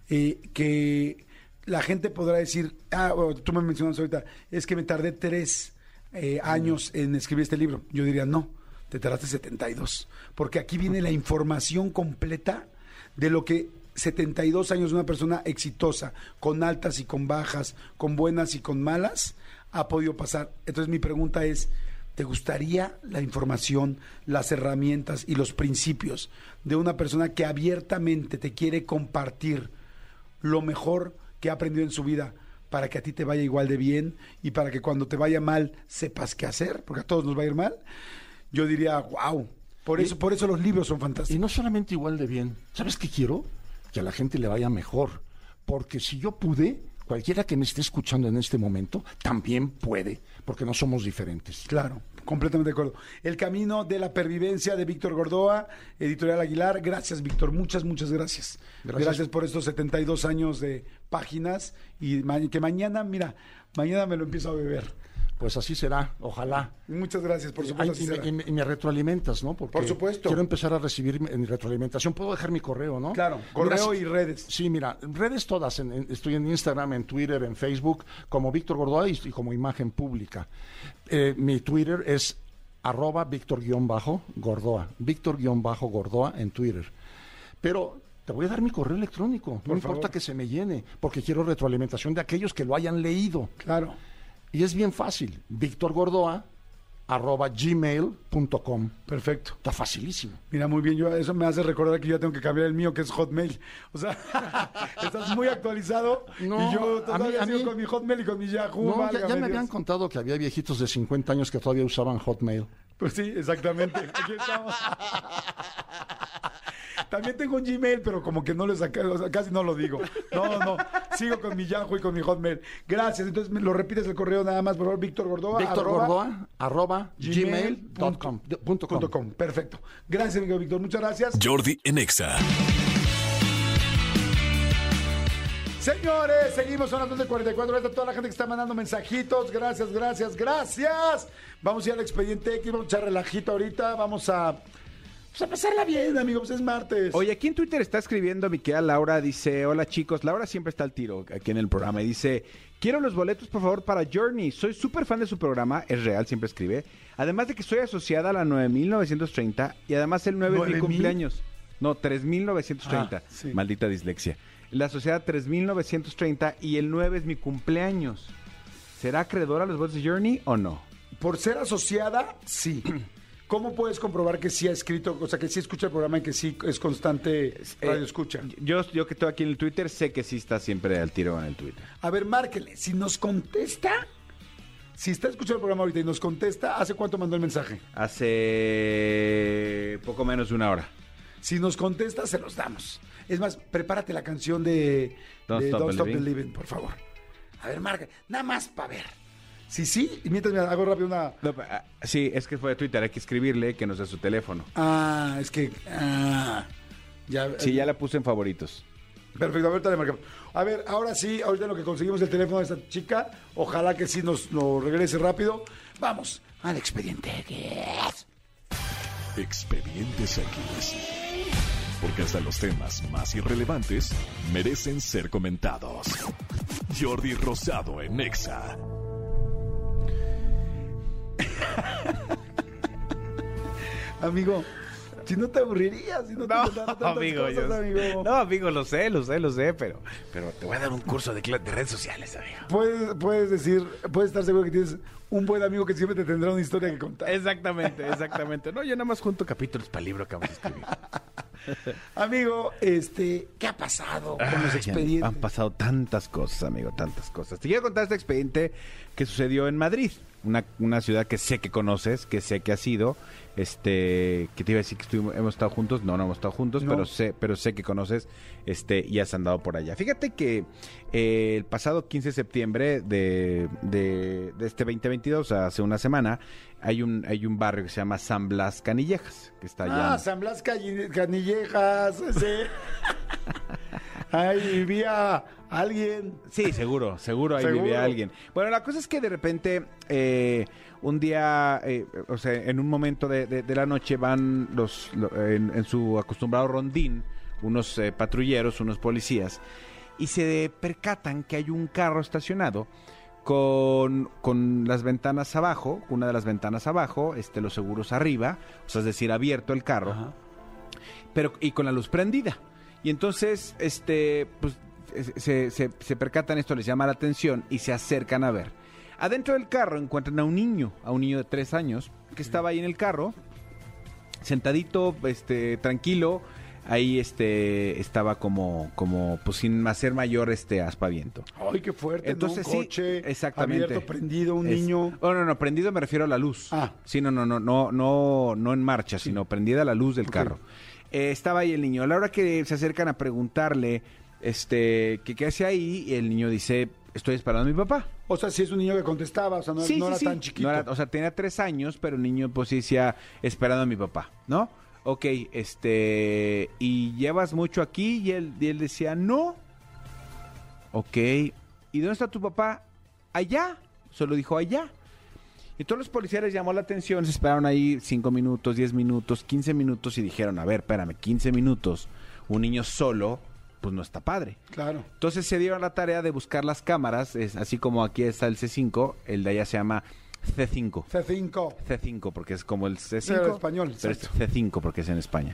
que la gente podrá decir, tú me mencionas ahorita, es que me tardé 3 años en escribir este libro. Yo diría, no, te tardaste 72, porque aquí viene la información completa de lo que 72 años de una persona exitosa, con altas y con bajas, con buenas y con malas, ha podido pasar. Entonces mi pregunta es, ¿te gustaría la información, las herramientas y los principios de una persona que abiertamente te quiere compartir lo mejor que ha aprendido en su vida, para que a ti te vaya igual de bien y para que cuando te vaya mal sepas qué hacer, porque a todos nos va a ir mal? Yo diría, wow, por eso los libros son fantásticos. Y no solamente igual de bien, ¿sabes qué quiero? Que a la gente le vaya mejor, porque si yo pude, cualquiera que me esté escuchando en este momento también puede, porque no somos diferentes. Claro, completamente de acuerdo. El Camino de la Pervivencia, de Víctor Gordoa, Editorial Aguilar. Gracias, Víctor, muchas gracias. Gracias por estos 72 años de páginas y que mañana me lo empiezo a beber. Pues así será, ojalá. Muchas gracias, por supuesto. Así será. Y me retroalimentas, ¿no? Porque por supuesto. Quiero empezar a recibir mi retroalimentación. Puedo dejar mi correo, ¿no? Claro, correo y redes. Sí, mira, redes todas. Estoy en Instagram, en Twitter, en Facebook, como Víctor Gordoa y como imagen pública. Mi Twitter es @Víctor_Gordoa. Víctor_Gordoa en Twitter. Pero te voy a dar mi correo electrónico. No importa que se me llene, porque quiero retroalimentación de aquellos que lo hayan leído. Claro. Y es bien fácil, Víctor Gordoa, @gmail.com. Perfecto. Está facilísimo. Mira, muy bien, eso me hace recordar que yo ya tengo que cambiar el mío, que es Hotmail. O sea, estás muy actualizado No, y yo a mí- todavía sigo con mi Hotmail y con mi Yahoo. No, ya válgame me habían Dios. contado que había viejitos de 50 años que todavía usaban Hotmail. Pues sí, exactamente. Aquí estamos. También tengo un Gmail, pero como que no lo saqué, o sea, casi no lo digo. No. Sigo con mi Yahoo y con mi Hotmail. Gracias. Entonces, ¿me lo repites el correo nada más, por favor? Víctor Gordoa. @gmail.com. Perfecto. Gracias, amigo Víctor. Muchas gracias. Jordi en Exa. Señores, seguimos, son las 2:44. Gracias a toda la gente que está mandando mensajitos. Gracias. Vamos a ir al expediente X, vamos a echar relajito ahorita. Vamos a pasarla bien, amigos. Es martes. Oye, aquí en Twitter está escribiendo mi querida Laura, dice, hola chicos, Laura siempre está al tiro aquí en el programa, y dice, quiero los boletos por favor para Journey, soy súper fan de su programa, es real, siempre escribe, además de que soy asociada a la 9930 y además el 9 es mi 9,000. cumpleaños, no, 3930, Ah, sí. maldita dislexia, la sociedad 3930 y el 9 es mi cumpleaños, ¿será acreedora a los boletos de Journey o no? Por ser asociada, sí. ¿Cómo puedes comprobar que sí ha escrito, o sea, que sí escucha el programa y que sí es constante radio escucha? Yo que estoy aquí en el Twitter sé que sí está siempre al tiro en el Twitter. A ver, márquele. Si nos contesta, si está escuchando el programa ahorita y nos contesta, ¿hace cuánto mandó el mensaje? Hace poco menos de una hora. Si nos contesta, se los damos. Es más, prepárate la canción de Don't Stop Stop Believing. Believing, por favor. A ver, marca. Nada más para ver. Sí, y mientras me hago rápido una... No, sí, es que fue de Twitter, hay que escribirle que nos dé su teléfono. es que... ya, Sí, ya la puse en favoritos. Perfecto, ahorita le marcamos. A ver, ahora sí, ahorita en lo que conseguimos el teléfono de esta chica, ojalá que sí nos lo regrese rápido. Vamos al expediente X. Expedientes X. Porque hasta los temas más irrelevantes merecen ser comentados. Jordi Rosado en Exa. Amigo, si no te aburrirías, si no te contaran tantas cosas, amigo. No, amigo, lo sé, pero te voy a dar un curso de redes sociales, amigo. Puedes estar seguro que tienes un buen amigo que siempre te tendrá una historia que contar. Exactamente. No, yo nada más junto capítulos para el libro que vamos a escribir. Amigo, ¿qué ha pasado con los expedientes? Han pasado tantas cosas, amigo, tantas cosas. Te quiero contar este expediente que sucedió en Madrid, una ciudad que sé que conoces, que sé que has ido, que te iba a decir que hemos estado juntos, no hemos estado juntos, No. pero sé que conoces, y has andado por allá. Fíjate que el pasado 15 de septiembre de este 2022, hace una semana, hay un barrio que se llama San Blas Canillejas, que está allá. San Blas Canillejas, ese. Ahí vivía alguien. Sí, seguro ahí Seguro. vivía alguien. Bueno, la cosa es que de repente, un día, o sea, en un momento de la noche van en su acostumbrado rondín, unos patrulleros, unos policías, y se percatan que hay un carro estacionado con las ventanas abajo, una de las ventanas abajo, los seguros arriba, o sea, es decir, abierto el carro, Ajá. y con la luz prendida. Y entonces, pues se percatan, esto les llama la atención y se acercan a ver. Adentro del carro encuentran a un niño de 3 años que estaba ahí en el carro, sentadito, tranquilo. Ahí estaba como pues sin hacer mayor aspaviento. Ay, qué fuerte. Entonces ¿no? Un coche sí, exactamente. abierto, prendido, un niño. No, prendido me refiero a la luz. Ah. Sí, no en marcha, sino prendida la luz del Ok. carro. Estaba ahí el niño. A la hora que se acercan a preguntarle, que qué hace ahí, y el niño dice, estoy esperando a mi papá. O sea, si es un niño que contestaba, o sea, no era tan chiquito. No era- o sea, tenía 3 años, pero el niño pues sí decía, esperando a mi papá, ¿no? Ok, ¿y llevas mucho aquí? Y él decía, no. Ok, ¿y dónde está tu papá? Allá. Solo dijo, allá. Y todos los policías les llamó la atención, se esperaron ahí 5 minutos, 10 minutos, 15 minutos y dijeron, a ver, espérame, 15 minutos, un niño solo, pues no está padre. Claro. Entonces se dieron la tarea de buscar las cámaras, así como aquí está el C5, el de allá se llama C5. C5. C5 porque es como el C5. Pero en español, Pero es exacto. C5 porque es en España.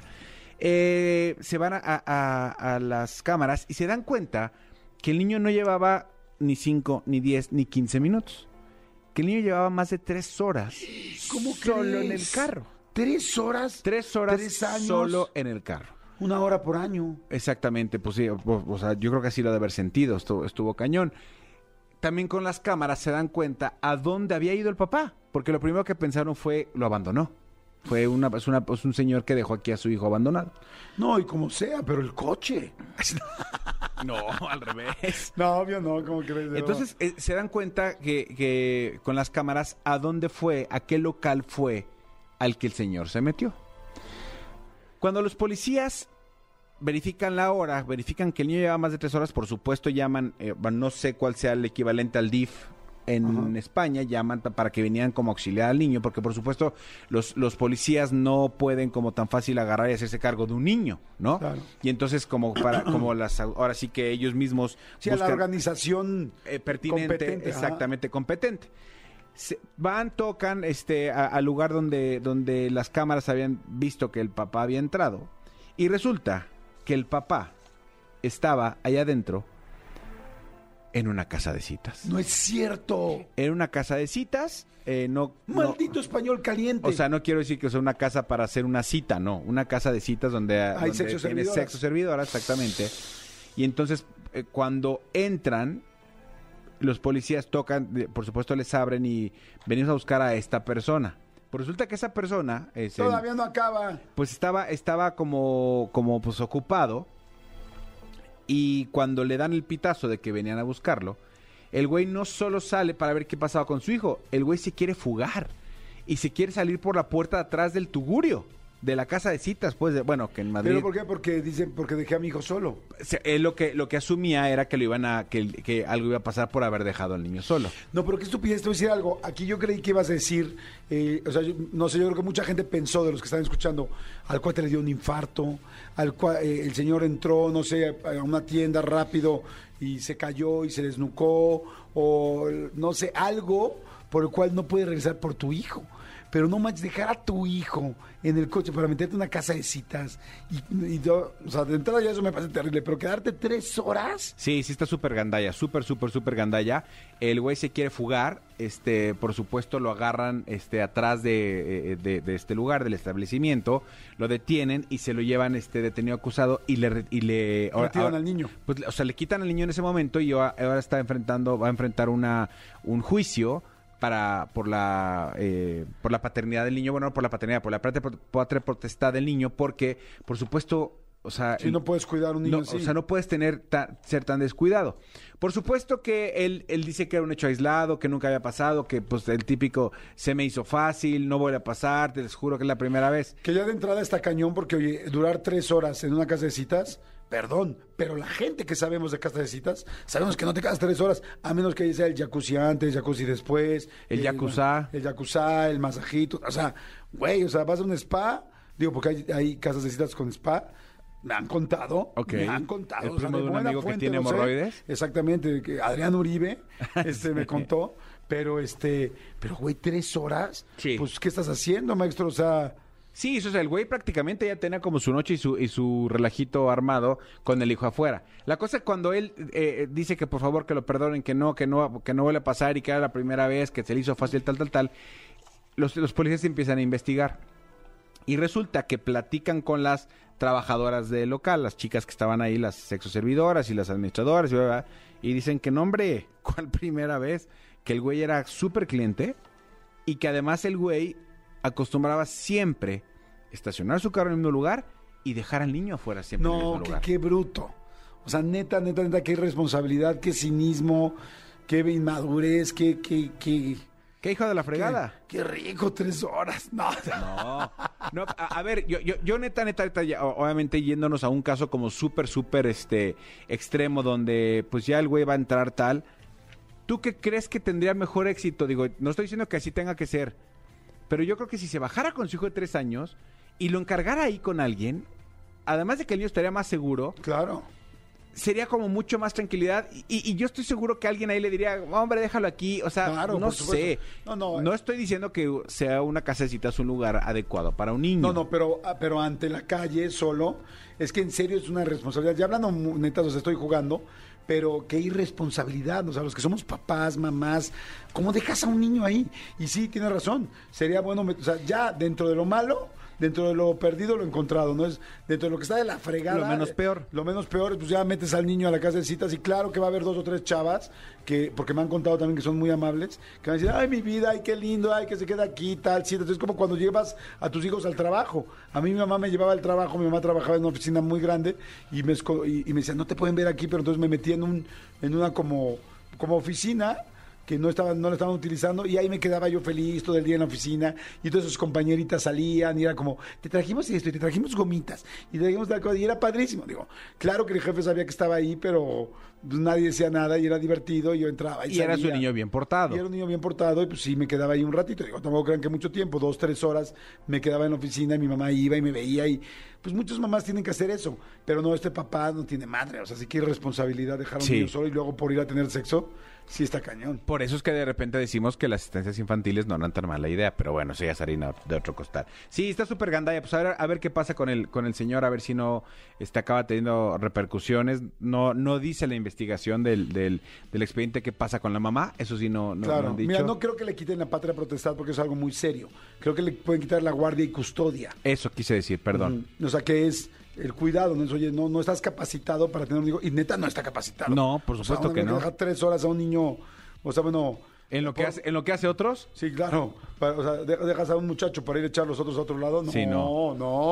Se van a las cámaras y se dan cuenta que el niño no llevaba ni 5, ni 10, ni 15 minutos. que el niño llevaba más de 3 horas ¿Cómo solo en crees? el carro. 3 horas. 3 horas 3 años. solo en el carro. 1 hora por año. Exactamente, pues sí, o sea, yo creo que así lo ha de haber sentido, estuvo cañón. También con las cámaras se dan cuenta a dónde había ido el papá, porque lo primero que pensaron fue, lo abandonó. Fue un señor que dejó aquí a su hijo abandonado. No, y como sea, pero el coche. No, al revés. No, obvio no, ¿cómo crees? Entonces se dan cuenta que con las cámaras a dónde fue, a qué local fue al que el señor se metió. Cuando los policías verifican la hora, verifican que el niño lleva más de 3 horas, por supuesto llaman, no sé cuál sea el equivalente al DIF en España, llaman para que vinieran como auxiliar al niño, porque por supuesto los policías no pueden como tan fácil agarrar y hacerse cargo de un niño, ¿no? Claro. Y entonces ahora sí que ellos mismos Sí, a la organización pertinente, competente, exactamente competente. Tocan al lugar donde las cámaras habían visto que el papá había entrado, y resulta que el papá estaba allá adentro en una casa de citas. No es cierto. En una casa de citas, Maldito español caliente. o sea, no quiero decir que sea una casa para hacer una cita, no, una casa de citas donde sexo tiene servidoras. sexo servidora, exactamente. Y entonces, cuando entran, los policías tocan, por supuesto les abren y venimos a buscar a esta persona. Pues resulta que esa persona Todavía no acaba. pues estaba como pues ocupado, y cuando le dan el pitazo de que venían a buscarlo, el güey no solo sale para ver qué pasaba con su hijo, el güey se quiere fugar y se quiere salir por la puerta de atrás del tugurio de la casa de citas, pues, que en Madrid. ¿Pero por qué? Porque dicen, porque dejé a mi hijo solo. Él lo que asumía era que que algo iba a pasar por haber dejado al niño solo. No, pero qué estupidez, te voy a decir algo. Aquí yo creí que ibas a decir, no sé, yo creo que mucha gente pensó, de los que están escuchando, al cuate le dio un infarto, el señor entró, no sé, a una tienda rápido y se cayó y se desnucó, o no sé, algo por el cual no puede regresar por tu hijo. Pero no manches, dejar a tu hijo en el coche para meterte en una casa de citas y yo, o sea, de entrada ya eso me parece terrible, pero quedarte 3 horas. Sí, está súper gandalla, súper gandalla. El güey se quiere fugar, por supuesto lo agarran atrás de este lugar, del establecimiento, lo detienen y se lo llevan detenido acusado y le retiran al niño. Pues, o sea, le quitan al niño en ese momento y ahora va a enfrentar un juicio por la paternidad del niño, bueno, no por la paternidad, por la patria potestad del niño, porque, por supuesto, o sea... Si no puedes cuidar a un niño así. O sea, no puedes ser tan descuidado. Por supuesto que él dice que era un hecho aislado, que nunca había pasado, que pues el típico se me hizo fácil, no vuelve a pasar, te les juro que es la primera vez. Que ya de entrada está cañón, porque oye, durar 3 horas en una casa de citas... Perdón, pero la gente que sabemos de casas de citas, sabemos que no te quedas 3 horas, a menos que sea el jacuzzi antes, jacuzzi después. El jacuzá. El jacuzá, el masajito. O sea, güey, vas a un spa, digo, porque hay casas de citas con spa. Me han contado. Okay. Me han contado. El primo de un amigo que tiene hemorroides. Exactamente, que Adrián Uribe me contó. Pero, güey, 3 horas. Sí. Pues, ¿qué estás haciendo, maestro? O sea... Sí, o sea, el güey prácticamente ya tenía como su noche y su relajito armado con el hijo afuera. La cosa es cuando él dice que por favor que lo perdonen, que no vuelve a pasar y que era la primera vez, que se le hizo fácil, tal, los policías empiezan a investigar. Y resulta que platican con las trabajadoras del local, las chicas que estaban ahí, las sexoservidoras y las administradoras, y dicen que no, hombre, ¿cuál primera vez? Que el güey era súper cliente y que además el güey acostumbraba siempre estacionar su carro en el mismo lugar y dejar al niño afuera siempre en el mismo lugar. Qué bruto. O sea, neta, qué irresponsabilidad, qué cinismo, qué inmadurez, qué hijo de la fregada. Qué rico, 3 horas. No, a ver, yo neta, ya, obviamente yéndonos a un caso como súper extremo donde pues ya el güey va a entrar tal. ¿Tú qué crees que tendría mejor éxito? Digo, no estoy diciendo que así tenga que ser, pero yo creo que si se bajara con su hijo de 3 años y lo encargara ahí con alguien, además de que el niño estaría más seguro, claro, sería como mucho más tranquilidad y yo estoy seguro que alguien ahí le diría, hombre, déjalo aquí, o sea, Claro, no por supuesto. sé, no estoy diciendo que sea una casecita es un lugar adecuado para un niño. No, pero ante la calle solo, es que en serio es una responsabilidad. Ya hablando neta, o sea, estoy jugando, pero qué irresponsabilidad, o sea, los que somos papás, mamás, ¿cómo dejas a un niño ahí? Y sí, tiene razón, sería bueno, o sea, ya dentro de lo malo, dentro de lo perdido, lo encontrado, ¿no? Es dentro de lo que está de la fregada. Lo menos peor. Lo menos peor, pues ya metes al niño a la casa de citas y claro que va a haber 2 o 3 chavas, que porque me han contado también que son muy amables, que van a decir, ay, mi vida, ay, qué lindo, ay, que se queda aquí, tal, sí. Entonces es como cuando llevas a tus hijos al trabajo. A mí mi mamá me llevaba al trabajo, mi mamá trabajaba en una oficina muy grande y me decía, no te pueden ver aquí, pero entonces me metí en una como oficina que no la estaban utilizando y ahí me quedaba yo feliz todo el día en la oficina y todas sus compañeritas salían y era como, te trajimos esto y te trajimos gomitas y te trajimos tal cosa y era padrísimo. Digo, claro que el jefe sabía que estaba ahí, pero pues, nadie decía nada y era divertido y yo entraba y eras un niño bien portado. Y era un niño bien portado y pues sí, me quedaba ahí un ratito. Digo, tampoco crean que mucho tiempo, 2, 3 horas me quedaba en la oficina y mi mamá iba y me veía y pues muchas mamás tienen que hacer eso, pero no, este papá no tiene madre, o sea, sí que responsabilidad dejar a un niño solo y luego por ir a tener sexo. Sí, está cañón. Por eso es que de repente decimos que las asistencias infantiles no eran tan mala idea, pero bueno, eso ya es harina de otro costal. Sí, está súper gandalla, pues a ver qué pasa con el señor, a ver si no acaba teniendo repercusiones. No dice la investigación del expediente qué pasa con la mamá, eso sí no claro. han dicho. Mira, no creo que le quiten la patria potestad porque es algo muy serio. Creo que le pueden quitar la guardia y custodia. Eso quise decir, perdón. O sea, que es el cuidado, ¿no? Oye, no estás capacitado para tener un hijo. Y neta no está capacitado. No, por supuesto que no. Deja 3 horas a un niño, o sea, bueno... ¿En lo que hace otros? Sí, claro. O sea, dejas a un muchacho para ir a echar los otros a otro lado. No, sí, no.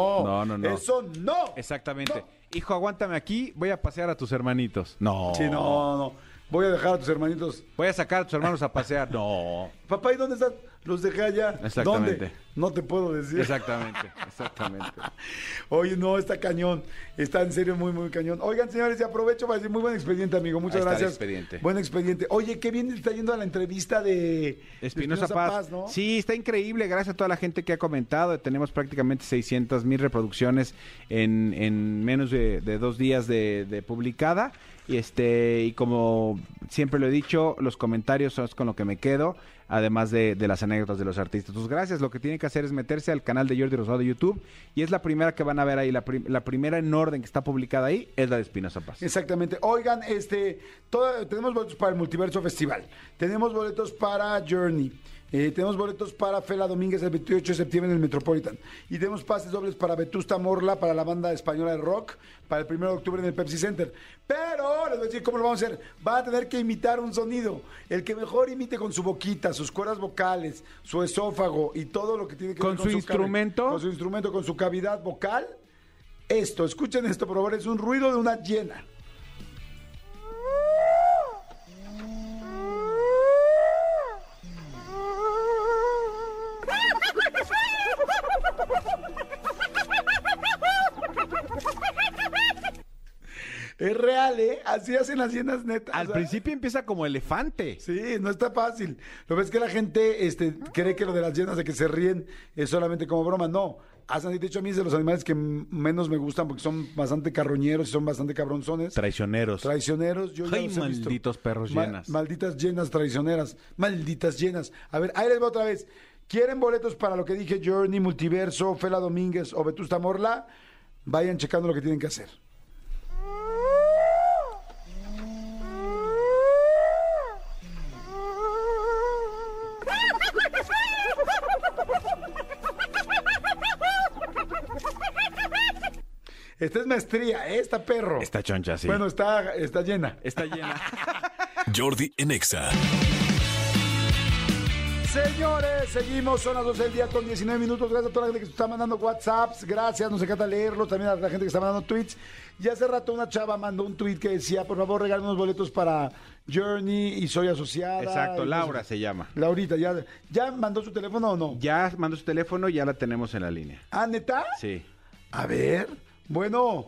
Eso no. Exactamente. No. Hijo, aguántame aquí, voy a pasear a tus hermanitos. No. Sí, no. Voy a dejar a tus hermanitos. Voy a sacar a tus hermanos a pasear. No. Papá, ¿y dónde están? Los dejé allá. Exactamente. ¿Dónde? No te puedo decir. Exactamente. Oye, no, está cañón. Está en serio muy, muy cañón. Oigan, señores, y aprovecho para decir muy buen expediente, amigo. Muchas gracias. Buen expediente. Oye, qué bien está yendo a la entrevista de Espinosa Paz, ¿no? Sí, está increíble. Gracias a toda la gente que ha comentado. Tenemos prácticamente 600,000 reproducciones en menos de 2 días de publicada. Y como siempre lo he dicho, los comentarios son con lo que me quedo, además de las anécdotas de los artistas. Pues gracias, lo que tienen que hacer es meterse al canal de Jordi Rosado de YouTube y es la primera que van a ver ahí, la primera en orden que está publicada ahí es la de Espinosa Paz. Exactamente. Oigan, tenemos boletos para el Multiverso Festival, tenemos boletos para Journey. Tenemos boletos para Fela Domínguez el 28 de septiembre en el Metropolitan. Y tenemos pases dobles para Vetusta Morla, para la banda española de rock, para el 1 de octubre en el Pepsi Center. Pero, les voy a decir cómo lo vamos a hacer. Van a tener que imitar un sonido. El que mejor imite con su boquita, sus cuerdas vocales, su esófago y todo lo que tiene que ver con su instrumento. Con su instrumento, con su cavidad vocal. Escuchen esto, por favor, es un ruido de una hiena. Es real, ¿eh? Así hacen las hienas netas. Al principio empieza como elefante. Sí, no está fácil. Lo ves que la gente cree que lo de las hienas de que se ríen es solamente como broma. No. De hecho, a mí es de los animales que menos me gustan porque son bastante carroñeros y son bastante cabronzones. Traicioneros. Yo Ay, malditos perros llenas. Malditas llenas traicioneras. Malditas llenas. A ver, ahí les va otra vez. ¿Quieren boletos para lo que dije? Journey, Multiverso, Fela Domínguez o Vetusta Morla? Vayan checando lo que tienen que hacer. Esta es maestría, esta perro. Está choncha, sí. Bueno, está llena. Está llena. Jordi en Exa. Señores, seguimos, son las 12 del día con 19 minutos. Gracias a toda la gente que está mandando WhatsApps. Gracias, nos encanta leerlos. También a la gente que está mandando tweets. Y hace rato una chava mandó un tweet que decía, por favor, regalen unos boletos para Journey y Soy Asociada. Exacto, Laura se llama. Laurita, ¿ya mandó su teléfono o no? Ya mandó su teléfono, ya la tenemos en la línea. ¿Ah, neta? Sí. A ver, bueno.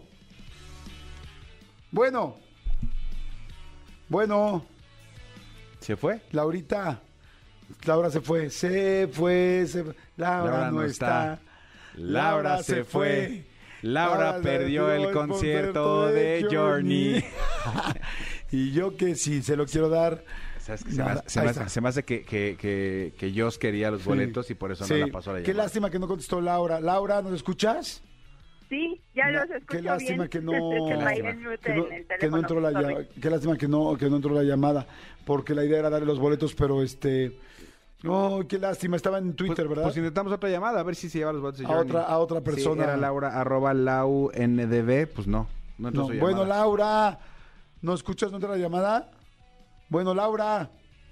¿Se fue? Laura se fue. Laura no está. Laura se fue. Laura perdió el concierto de Journey. Y yo que sí, se lo quiero dar. ¿Sabes qué? Nada, ahí está. Se me hace que Joss quería los boletos y por eso no la pasó la llamada. Qué lástima que no contestó Laura. Laura, ¿nos escuchas? Sí, ya los escucho Qué lástima bien. que no, Qué lástima. que no entró la llamada. Qué lástima que no entró la llamada, porque la idea era darle los boletos, pero oh, qué lástima, estaba en Twitter, ¿verdad? Pues intentamos otra llamada, a ver si se lleva los boletos de a Journey. otra persona. Sí, era Laura, @laundb, pues no entró su llamada. Bueno, Laura, ¿no escuchas? ¿No entra la llamada? Bueno, Laura,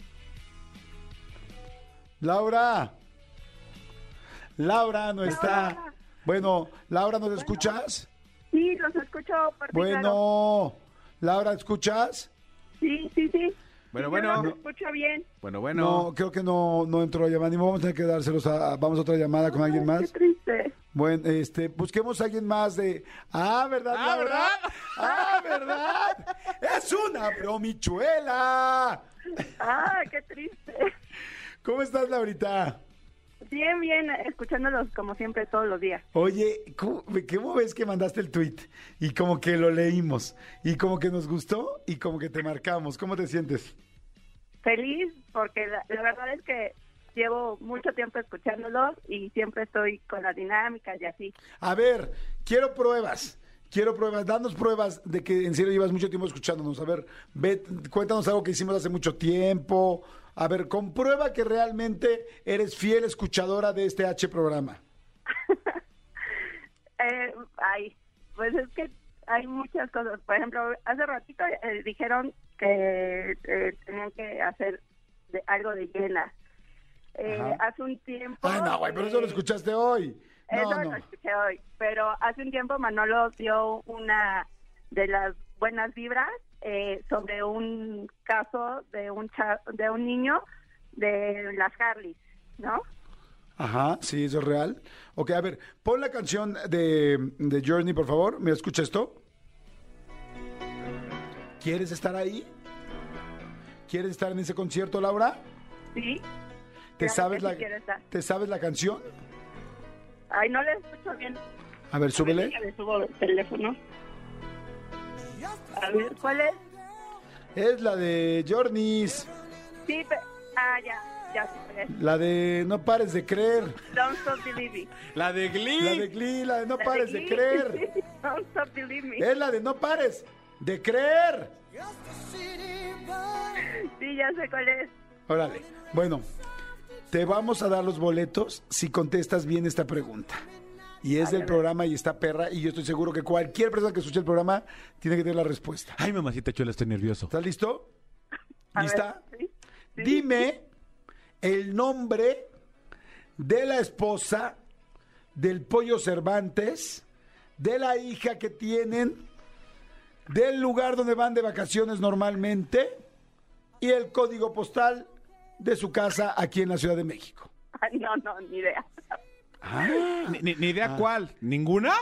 no está. Bueno, Laura, ¿nos escuchas? Sí, los escucho por ti, claro. Bueno, Laura, ¿escuchas? Sí. Bueno. Yo los escucho bien. Bueno. No, creo que no entró la llamada. Ni modo, vamos a tener que dárselos vamos a otra llamada con alguien más. Qué triste. Bueno, busquemos a alguien más de... ¿verdad, Laura? ¿Verdad? ¡Es una bromichuela! Qué triste. ¿Cómo estás, Laurita? Bien, escuchándolos como siempre todos los días. Oye, ¿cómo ves que mandaste el tweet? Y como que lo leímos, y como que nos gustó, y como que te marcamos. ¿Cómo te sientes? Feliz, porque la verdad es que llevo mucho tiempo escuchándolos y siempre estoy con las dinámicas y así. A ver, quiero pruebas, danos pruebas de que en serio llevas mucho tiempo escuchándonos. A ver, cuéntanos algo que hicimos hace mucho tiempo. A ver, comprueba que realmente eres fiel escuchadora de este programa. Pues es que hay muchas cosas. Por ejemplo, hace ratito dijeron que tenían que hacer algo de llena. Hace un tiempo... No, güey, pero eso lo escuchaste hoy. Eso lo escuché hoy. Pero hace un tiempo Manolo dio una de las buenas vibras sobre un caso de un niño de las Harleys, ¿no? Ajá, sí, eso es real. Ok, a ver, pon la canción de Journey, por favor. Mira, escucha esto. ¿Quieres estar ahí? ¿Quieres estar en ese concierto, Laura? Sí. ¿Te sabes la canción? Ay, no le escucho bien. A ver, súbele. Le subo el teléfono. A ver, ¿cuál es? Es la de Journeys. Sí, ya sé. La de No pares de creer. Don't Stop Believing. La de Glee. La de Glee, la de No pares de creer. Don't Stop Believing. Es la de No pares de creer. Sí, ya sé cuál es. Órale. Bueno, te vamos a dar los boletos si contestas bien esta pregunta. Y es del programa y está perra. Y yo estoy seguro que cualquier persona que escuche el programa tiene que tener la respuesta. Ay, mamacita chula, estoy nervioso. ¿Estás listo? ¿Lista? Sí. Dime el nombre de la esposa del Pollo Cervantes, de la hija que tienen, del lugar donde van de vacaciones normalmente y el código postal de su casa aquí en la Ciudad de México. Ay, no, ni idea. Ni idea cuál. ¿Ninguna?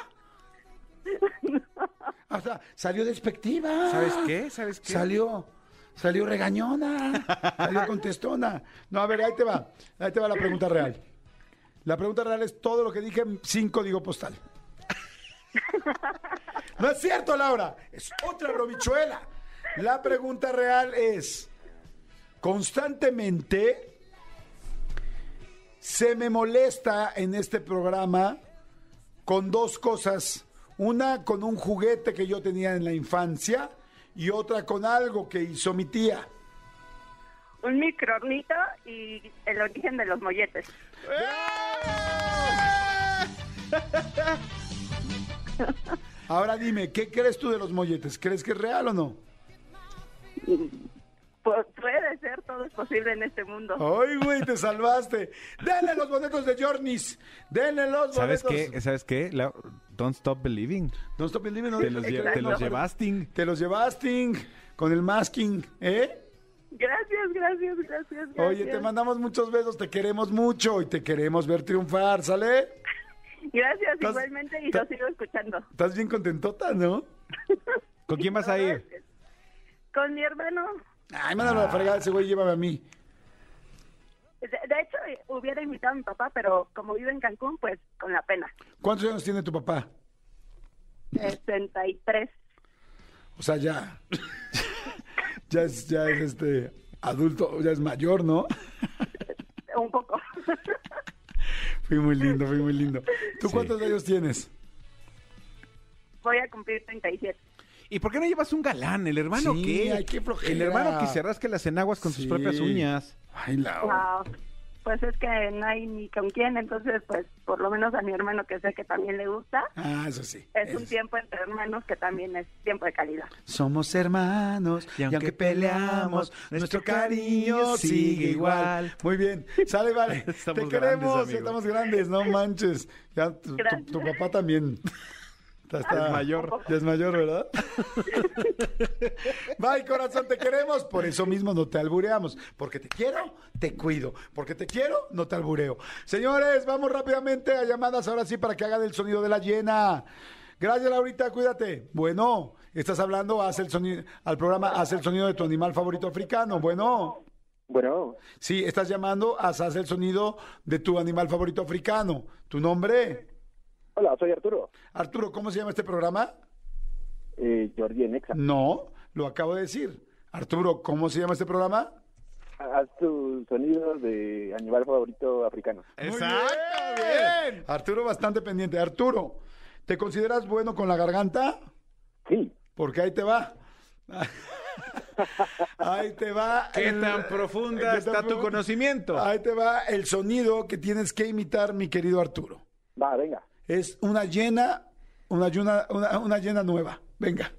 O sea, salió despectiva. ¿Sabes qué? Salió regañona. Salió contestona. No, a ver, ahí te va la pregunta real. La pregunta real es todo lo que dije sin código postal. No es cierto, Laura. Es otra bromichuela. La pregunta real es: constantemente se me molesta en este programa con dos cosas. Una con un juguete que yo tenía en la infancia y otra con algo que hizo mi tía. Un microornito y el origen de los molletes. Ahora dime, ¿qué crees tú de los molletes? ¿Crees que es real o no? Pues puede ser, todo es posible en este mundo. ¡Ay, güey, te salvaste! ¡Denle los boletos de Journeys! ¡Denle los boletos! ¿Sabes qué? Don't Stop Believing. Don't Stop Believing. ¿No? Te los llevaste. Te los llevaste con el masking, ¿eh? Gracias. Oye, te mandamos muchos besos, te queremos mucho y te queremos ver triunfar, ¿sale? Gracias, igualmente, y lo sigo escuchando. Estás bien contentota, ¿no? ¿Con quién vas a ir? Con mi hermano. Ay, mándalo a la fregada, ese güey, llévame a mí. De hecho, hubiera invitado a mi papá, pero como vive en Cancún, pues con la pena. ¿Cuántos años tiene tu papá? 63. O sea, ya es adulto, ya es mayor, ¿no? Un poco. Fui muy lindo. ¿Tú cuántos años tienes? Voy a cumplir 37. ¿Y por qué no llevas un galán? ¿El hermano Sí, qué? ay, qué flojera. El hermano que se rasque las enaguas con sus Sí. propias uñas. Ay, Lau. Wow. Pues es que no hay ni con quién, entonces pues por lo menos a mi hermano que sé que también le gusta. Ah, eso sí. Es un tiempo entre hermanos que también es tiempo de calidad. Somos hermanos y aunque peleamos, nuestro cariño sigue igual. Muy bien. Sale, vale. Estamos Te queremos, grandes, amigo. ya estamos grandes, no manches. Ya tu papá también. Está Es mayor. Ya es mayor, ¿verdad? Bye, corazón, te queremos. Por eso mismo no te albureamos. Porque te quiero, te cuido. Porque te quiero, no te albureo. Señores, vamos rápidamente a llamadas ahora sí para que hagan el sonido de la llena. Gracias, Laurita, cuídate. Bueno, estás hablando, haz el sonido, al programa, haz el sonido de tu animal favorito africano. Bueno. Bueno, Sí, estás llamando, haz el sonido de tu animal favorito africano. ¿Tu nombre? hola, soy Arturo. Arturo, ¿cómo se llama este programa? Jordi en Exa. No, lo acabo de decir. Arturo, ¿cómo se llama este programa? Haz tu sonido de animal favorito africano. Exacto, bien. Arturo, bastante pendiente. Arturo, ¿te consideras bueno con la garganta? Sí. Porque ahí te va. Ahí te va. ¿Qué tan profunda está tu conocimiento? Ahí te va el sonido que tienes que imitar, mi querido Arturo. Va, venga. Es una llena nueva. Venga.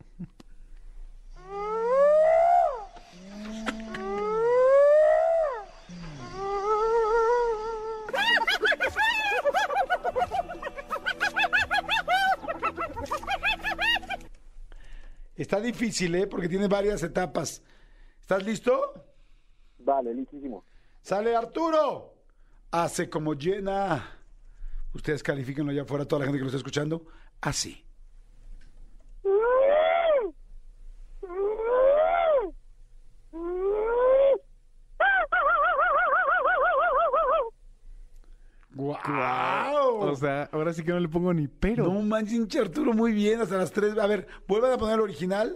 Está difícil, ¿eh? Porque tiene varias etapas. ¿Estás listo? Vale, listísimo. Sale Arturo. Hace como llena. Ustedes califíquenlo allá afuera, toda la gente que lo está escuchando. Así. ¡Guau! O sea, ahora sí que no le pongo ni pero. No manches, Arturo, muy bien, hasta las 3. A ver, vuelvan a poner el original.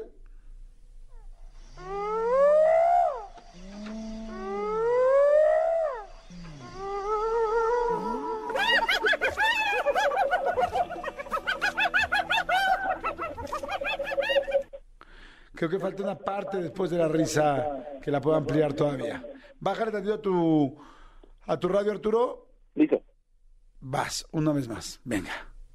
Creo que falta una parte después de la risa que la puedo ampliar todavía. Bájale tantito a tu radio, Arturo. Listo. Vas, una vez más. Venga.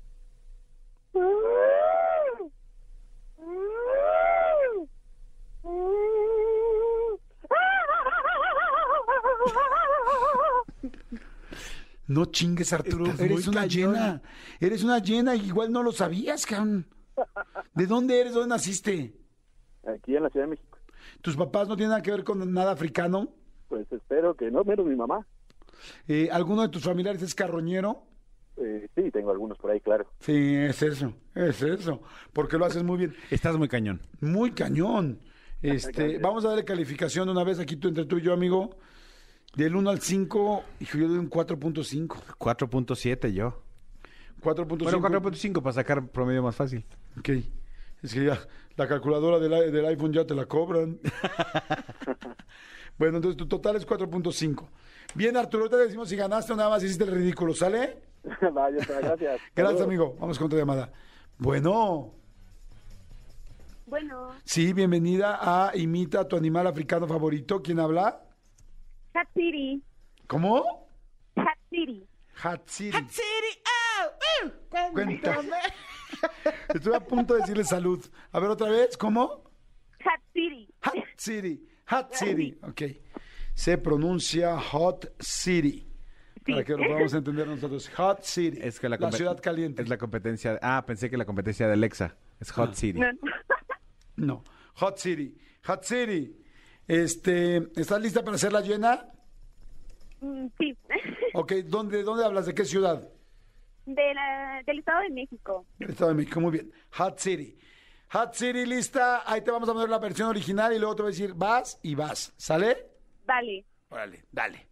No chingues, Arturo. Estás Eres muy una cañón. llena. Eres una llena. Igual no lo sabías, cabrón. ¿De dónde eres? ¿Dónde naciste? Aquí en la Ciudad de México. ¿Tus papás no tienen nada que ver con nada africano? Pues espero que no, menos mi mamá. ¿Alguno de tus familiares es carroñero? Sí, tengo algunos por ahí, claro. Sí, es eso. Porque lo haces muy bien. Estás muy cañón. Muy cañón. Vamos a darle calificación de una vez aquí entre tú y yo, amigo. Del 1 al 5, hijo, yo doy un 4.5. 4.7 yo. 4.5. Bueno, 4.5 para sacar promedio más fácil. Ok. Es que ya la calculadora del iPhone ya te la cobran. Bueno, entonces tu total es 4.5. Bien, Arturo, te decimos si ganaste o nada más hiciste el ridículo, ¿sale? Vaya, gracias. Gracias, amigo. Vamos con otra llamada. Bueno. Bueno, Sí, bienvenida a Imita a tu animal africano favorito. ¿Quién habla? Hat City. ¿Cómo? Hat City. Hat City. Cuéntame. Estoy a punto de decirle salud. A ver, otra vez, ¿cómo? Hat City. Hot City. Hot City. Ok. Se pronuncia Hot City. Para que lo podamos entender nosotros. Hot City. Es que la ciudad caliente. Es la competencia. Pensé que la competencia de Alexa. Es Hot City. No. No. Hot City. Hot City. ¿Estás lista para hacer la llena? Sí. Ok. ¿Dónde hablas? ¿De qué ciudad? Del Estado de México. Del Estado de México. Muy bien. Hot City. Hot City, lista. Ahí te vamos a poner la versión original y luego te voy a decir vas y vas. ¿Sale? Vale. Órale, dale.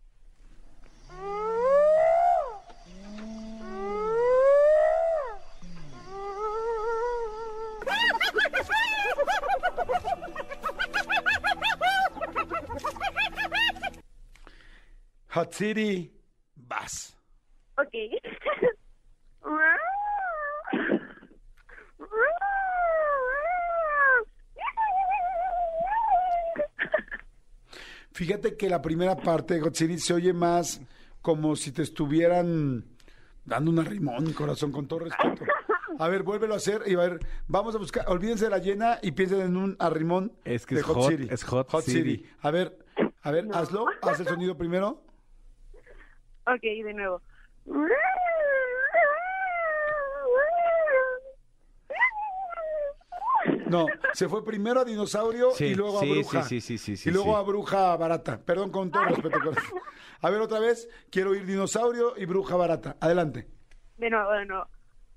Hot City, vas. Ok. Fíjate que la primera parte de Hot City se oye más como si te estuvieran dando un arrimón, corazón, con todo respeto. A ver, vuélvelo a hacer y a ver, vamos a buscar, olvídense de la llena y piensen en un arrimón Es que de es Hot hot, City. es Hot City. A ver, No. hazlo, haz el sonido primero. Ok, de nuevo. No, se fue primero a dinosaurio Sí, y luego a sí, bruja. sí, y luego a bruja barata. Perdón, con todo respeto. A ver, otra vez, quiero oír dinosaurio y bruja barata. Adelante. De nuevo, de nuevo.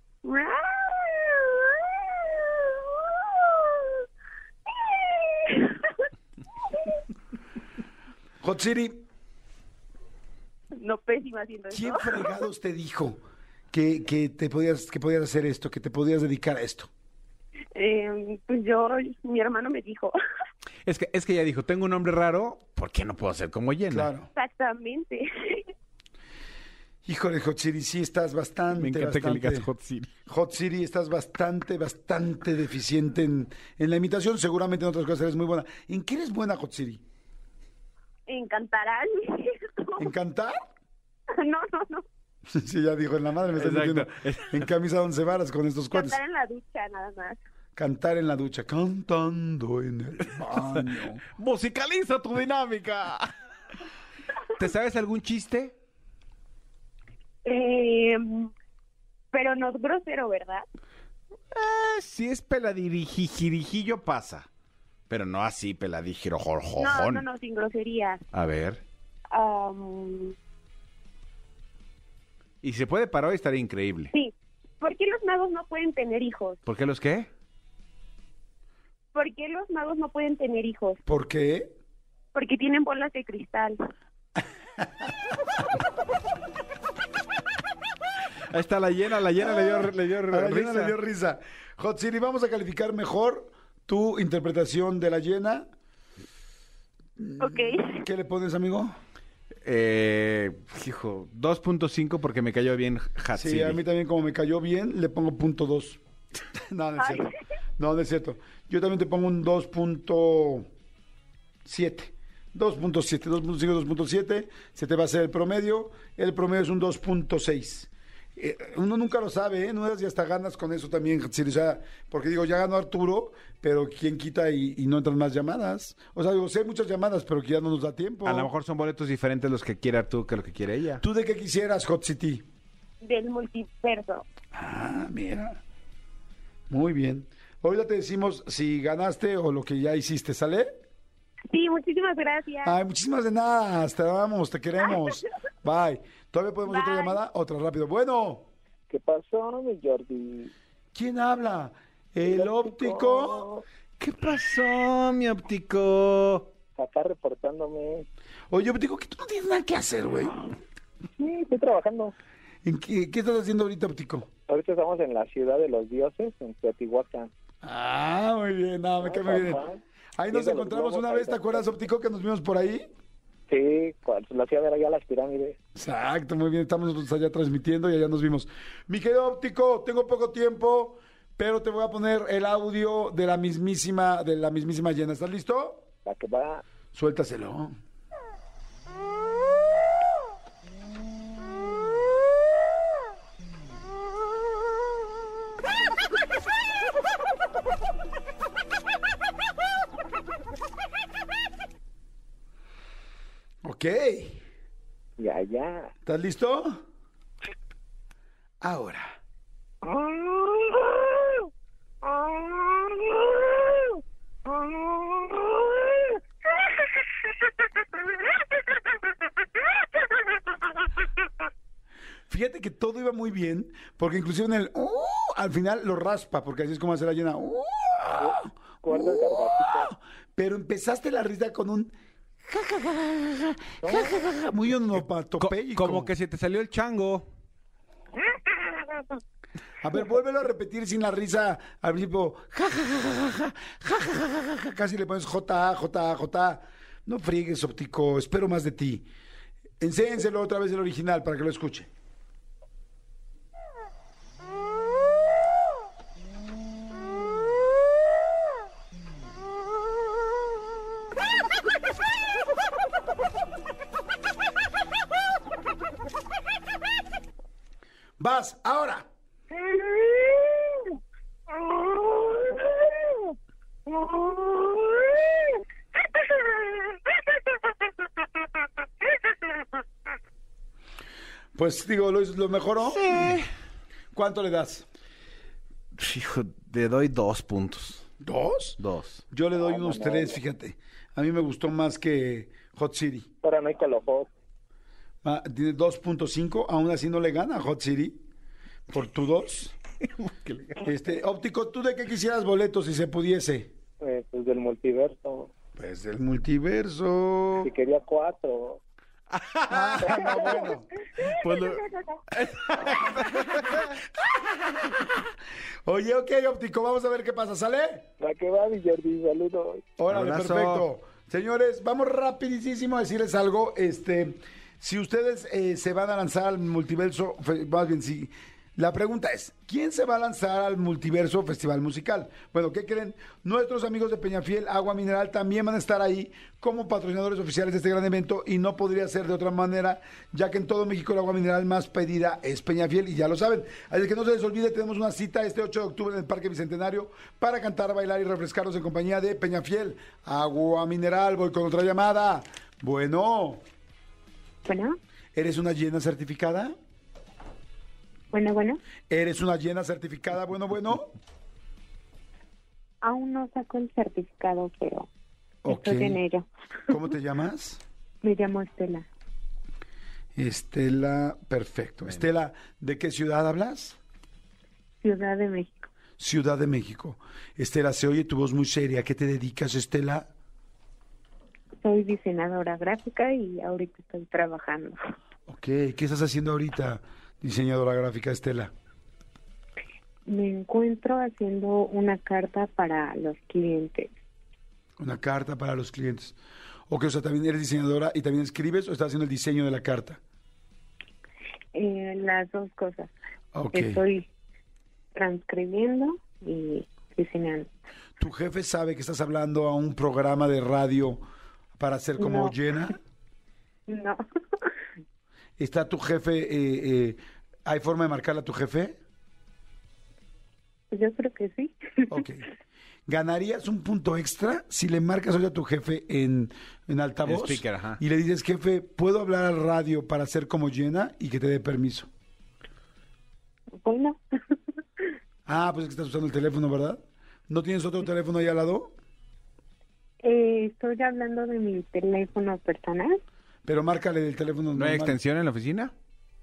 Hot City, No, pésima haciendo ¿quién eso. fregados te dijo que podías hacer esto, que te podías dedicar a esto? Pues mi hermano me dijo. Es que ella dijo, tengo un nombre raro, ¿por qué no puedo ser como llena? Claro. Exactamente. Híjole, Hot City, sí estás bastante, Me encanta que le bastante... digas Hot City. Hot City, estás bastante deficiente en la imitación. Seguramente en otras cosas eres muy buena. ¿En qué eres buena, Hot City? Encantarán. ¿En cantar? No. Sí, ya dijo, en la madre me estás Exacto. metiendo en camisa de 11 varas con estos cuates. Cantar en la ducha, nada más. Cantar en la ducha, cantando en el baño. ¡Musicaliza tu dinámica! ¿Te sabes algún chiste? Pero no es grosero, ¿verdad? Si es peladirijillo pasa. Pero no así, peladijirojorjojón. No, sin groserías. A ver. Y si se puede para hoy, estaría increíble. Sí. ¿Por qué los magos no pueden tener hijos? ¿Por qué los qué? ¿Por qué los magos no pueden tener hijos? ¿Por qué? Porque tienen bolas de cristal. Ahí está la llena le dio A la risa. llena le dio risa. Hot City, vamos a calificar mejor tu interpretación de la llena. Ok. ¿Qué le pones, amigo? Hijo, 2.5 porque me cayó bien Hot Sí, City. a mí también como me cayó bien, le pongo .2. No, no es cierto. No, no es cierto. Yo también te pongo un 2.7. 2.7, 2.5, 2.7. Se te va a hacer el promedio. El promedio es un 2.6. Uno nunca lo sabe, ¿eh? No das y hasta ganas con eso también, Hatsiri. O sea, porque digo, ya ganó Arturo, pero ¿quién quita y no entran más llamadas? O sea, digo, sí hay muchas llamadas, pero que ya no nos da tiempo. A lo mejor son boletos diferentes los que quiera tú que lo que quiere ella. ¿Tú de qué quisieras, Hot City? Del multiverso. Ah, mira. Muy bien. Ahorita te decimos si ganaste o lo que ya hiciste, ¿sale? Sí, muchísimas gracias. Ay, muchísimas de nada. Te amamos, te queremos. Bye. ¿Todavía podemos otra Bye. llamada? Otra rápido. Bueno, ¿Qué pasó, mi Jordi? ¿quién habla? ¿El óptico? ¿Qué pasó, mi óptico? Acá reportándome. Oye, óptico, que tú no tienes nada que hacer, güey. Sí, estoy trabajando. ¿En qué estás haciendo ahorita, óptico? Ahorita estamos en la ciudad de los dioses, en Teotihuacán. Ah, muy bien. No, me cae muy bien. Ajá. Ahí nos Viendo los encontramos globos, una ahí vez, ¿te está. acuerdas, óptico, que nos vimos por ahí? Sí, la ciudad de allá las pirámides. Exacto, muy bien, estamos nosotros allá transmitiendo y allá nos vimos. Mi querido óptico, tengo poco tiempo, pero te voy a poner el audio de la mismísima llena. ¿Estás listo? La que va. Suéltaselo. Ok. Ya. ¿Estás listo? Ahora. Fíjate que todo iba muy bien, porque inclusive en el al final lo raspa, porque así es como hace la llena. Guarda el gargantito. Pero empezaste la risa con un muy onomatopéyico. Como que se te salió el chango. A ver, vuélvelo a repetir sin la risa al principio. Casi le pones J. No friegues, óptico, espero más de ti. Enséñenselo otra vez el original para que lo escuche. Vas, ahora. Pues digo, ¿lo mejoró? Sí. ¿Cuánto le das? Hijo, le doy 2 puntos. ¿2? 2. Yo le doy unos 3, fíjate. A mí me gustó más que Hot City. Para no hay colofón. Tiene 2.5, aún así no le gana a Hot City. Por tu 2. Óptico, ¿tú de qué quisieras boletos si se pudiese? Pues del multiverso. Pues del multiverso. Si quería 4. No, bueno. Pues Oye, ok, Óptico, vamos a ver qué pasa, ¿sale? ¿Para qué va, mi Jordi? Saludos. Órale, Abrazo. perfecto. Señores, vamos rapidísimo a decirles algo. Si ustedes se van a lanzar al multiverso, más bien, si la pregunta es, ¿quién se va a lanzar al Multiverso Festival Musical? Bueno, ¿qué creen? Nuestros amigos de Peñafiel Agua Mineral también van a estar ahí como patrocinadores oficiales de este gran evento y no podría ser de otra manera, ya que en todo México el agua mineral más pedida es Peñafiel y ya lo saben. Así que no se les olvide, tenemos una cita este 8 de octubre en el Parque Bicentenario para cantar, bailar y refrescarnos en compañía de Peñafiel Agua Mineral. Voy con otra llamada. Bueno, Bueno, ¿eres una llena certificada? bueno. ¿Eres una llena certificada? Bueno. Aún no saco el certificado, pero Ok. estoy en ello. ¿Cómo te llamas? Me llamo Estela, Estela, perfecto. Estela, ¿de qué ciudad hablas? Ciudad de México. Ciudad de México. Estela, se oye tu voz muy seria. ¿A qué te dedicas, Estela? Soy diseñadora gráfica y ahorita estoy trabajando. Ok, ¿qué estás haciendo ahorita, diseñadora gráfica, Estela? Me encuentro haciendo una carta para los clientes. Una carta para los clientes. Ok, o sea, también eres diseñadora y también escribes o estás haciendo el diseño de la carta. Las dos cosas. Ok. Estoy transcribiendo y diseñando. ¿Tu jefe sabe que estás hablando a un programa de radio para ser como No. llena? No, ¿Está tu jefe, hay forma de marcarle a tu jefe? yo creo que sí. Ok. ¿Ganarías un punto extra si le marcas hoy a tu jefe en altavoz? En speaker, ajá. Y le dices, jefe, ¿puedo hablar al radio para ser como llena y que te dé permiso? Bueno, Ah, pues es que estás usando el teléfono, ¿verdad? ¿No tienes otro teléfono ahí al lado? estoy hablando de mi teléfono personal. Pero márcale del teléfono ¿No hay normal. extensión en la oficina?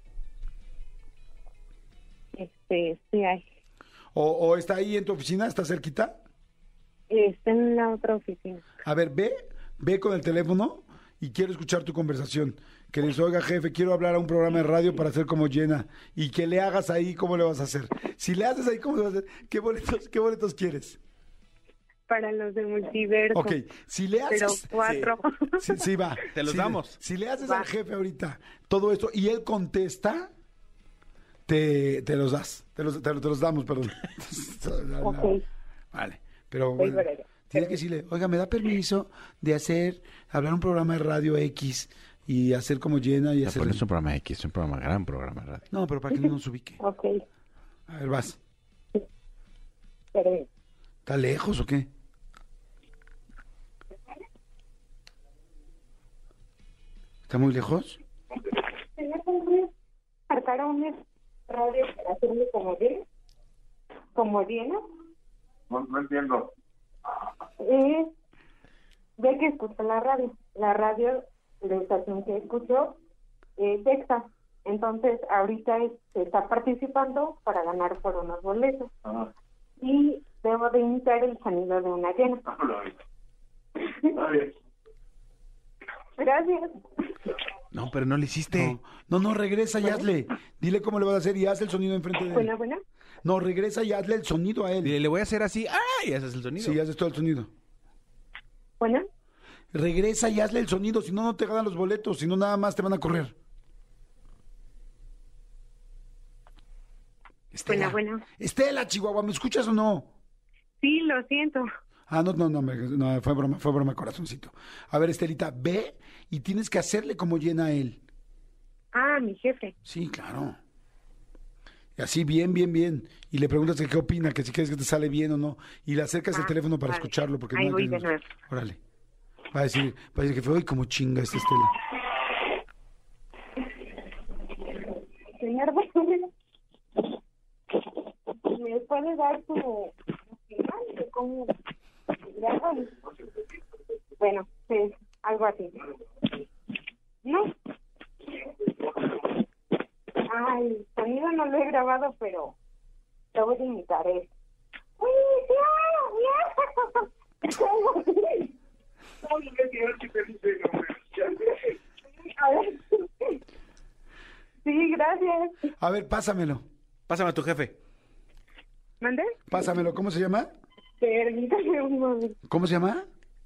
Sí hay. ¿O está ahí en tu oficina? ¿Está cerquita? Está en la otra oficina. A ver, ve con el teléfono y quiero escuchar tu conversación. Que le dices, oiga, jefe, quiero hablar a un programa de radio para ser como llena. Y que le hagas ahí, ¿cómo le vas a hacer? Si le haces ahí, ¿cómo le vas a hacer? ¿Qué boletos quieres? Para los de multiverso. Ok, si le Pero haces... 4. Sí, va. Te los Si damos. Si le haces Va. al jefe ahorita todo esto y él contesta, te los das. Te los damos, perdón. Ok. Vale, pero Voy bueno, por ello. tienes que decirle, oiga, ¿me da permiso de hablar un programa de radio X y hacer como llena y hacer... No es un programa X, es un gran programa de radio. No, pero para que no nos ubique. Ok. A ver, vas. Perdón. ¿Está lejos o qué? ¿Está muy lejos? ¿Marcar un radio para hacerme como llena? ¿Como llena? No entiendo. Ya que escucho la radio. La radio, la estación que escucho es EXA. Entonces, ahorita se está participando para ganar por unos boletos. Y debo de imitar el sonido de una llena. Está bien. Gracias. No, pero no lo hiciste. No, regresa y hazle. Dile cómo le vas a hacer y haz el sonido enfrente de él. Buena. No, regresa y hazle el sonido a él. Dile, le voy a hacer así. ¡Ah! Y haces el sonido. Sí, haces todo el sonido. Bueno. Regresa y hazle el sonido, si no, no te ganan los boletos, si no, nada más te van a correr. Estela. Bueno. Estela, Chihuahua, ¿me escuchas o no? Sí, lo siento. Ah, no, fue broma, corazoncito. A ver, Estelita, ve y tienes que hacerle como llena a él. Ah, mi jefe. Sí, claro. Y así, bien. Y le preguntas que qué opina, que si quieres que te sale bien o no. Y le acercas el teléfono para escucharlo. Porque ahí no voy de nuevo. Órale. Va a decir que fue hoy como chinga esta Estela. Señor, ¿me puede dar su final de cómo le hago? Bueno, pues algo así. ¿No? Ay, el sonido no lo he grabado, pero lo voy a imitar. Sí, gracias. A ver, pásamelo. Pásame a tu jefe. ¿Mande? Pásamelo. ¿Cómo se llama? Permítame un momento. ¿Cómo se llama?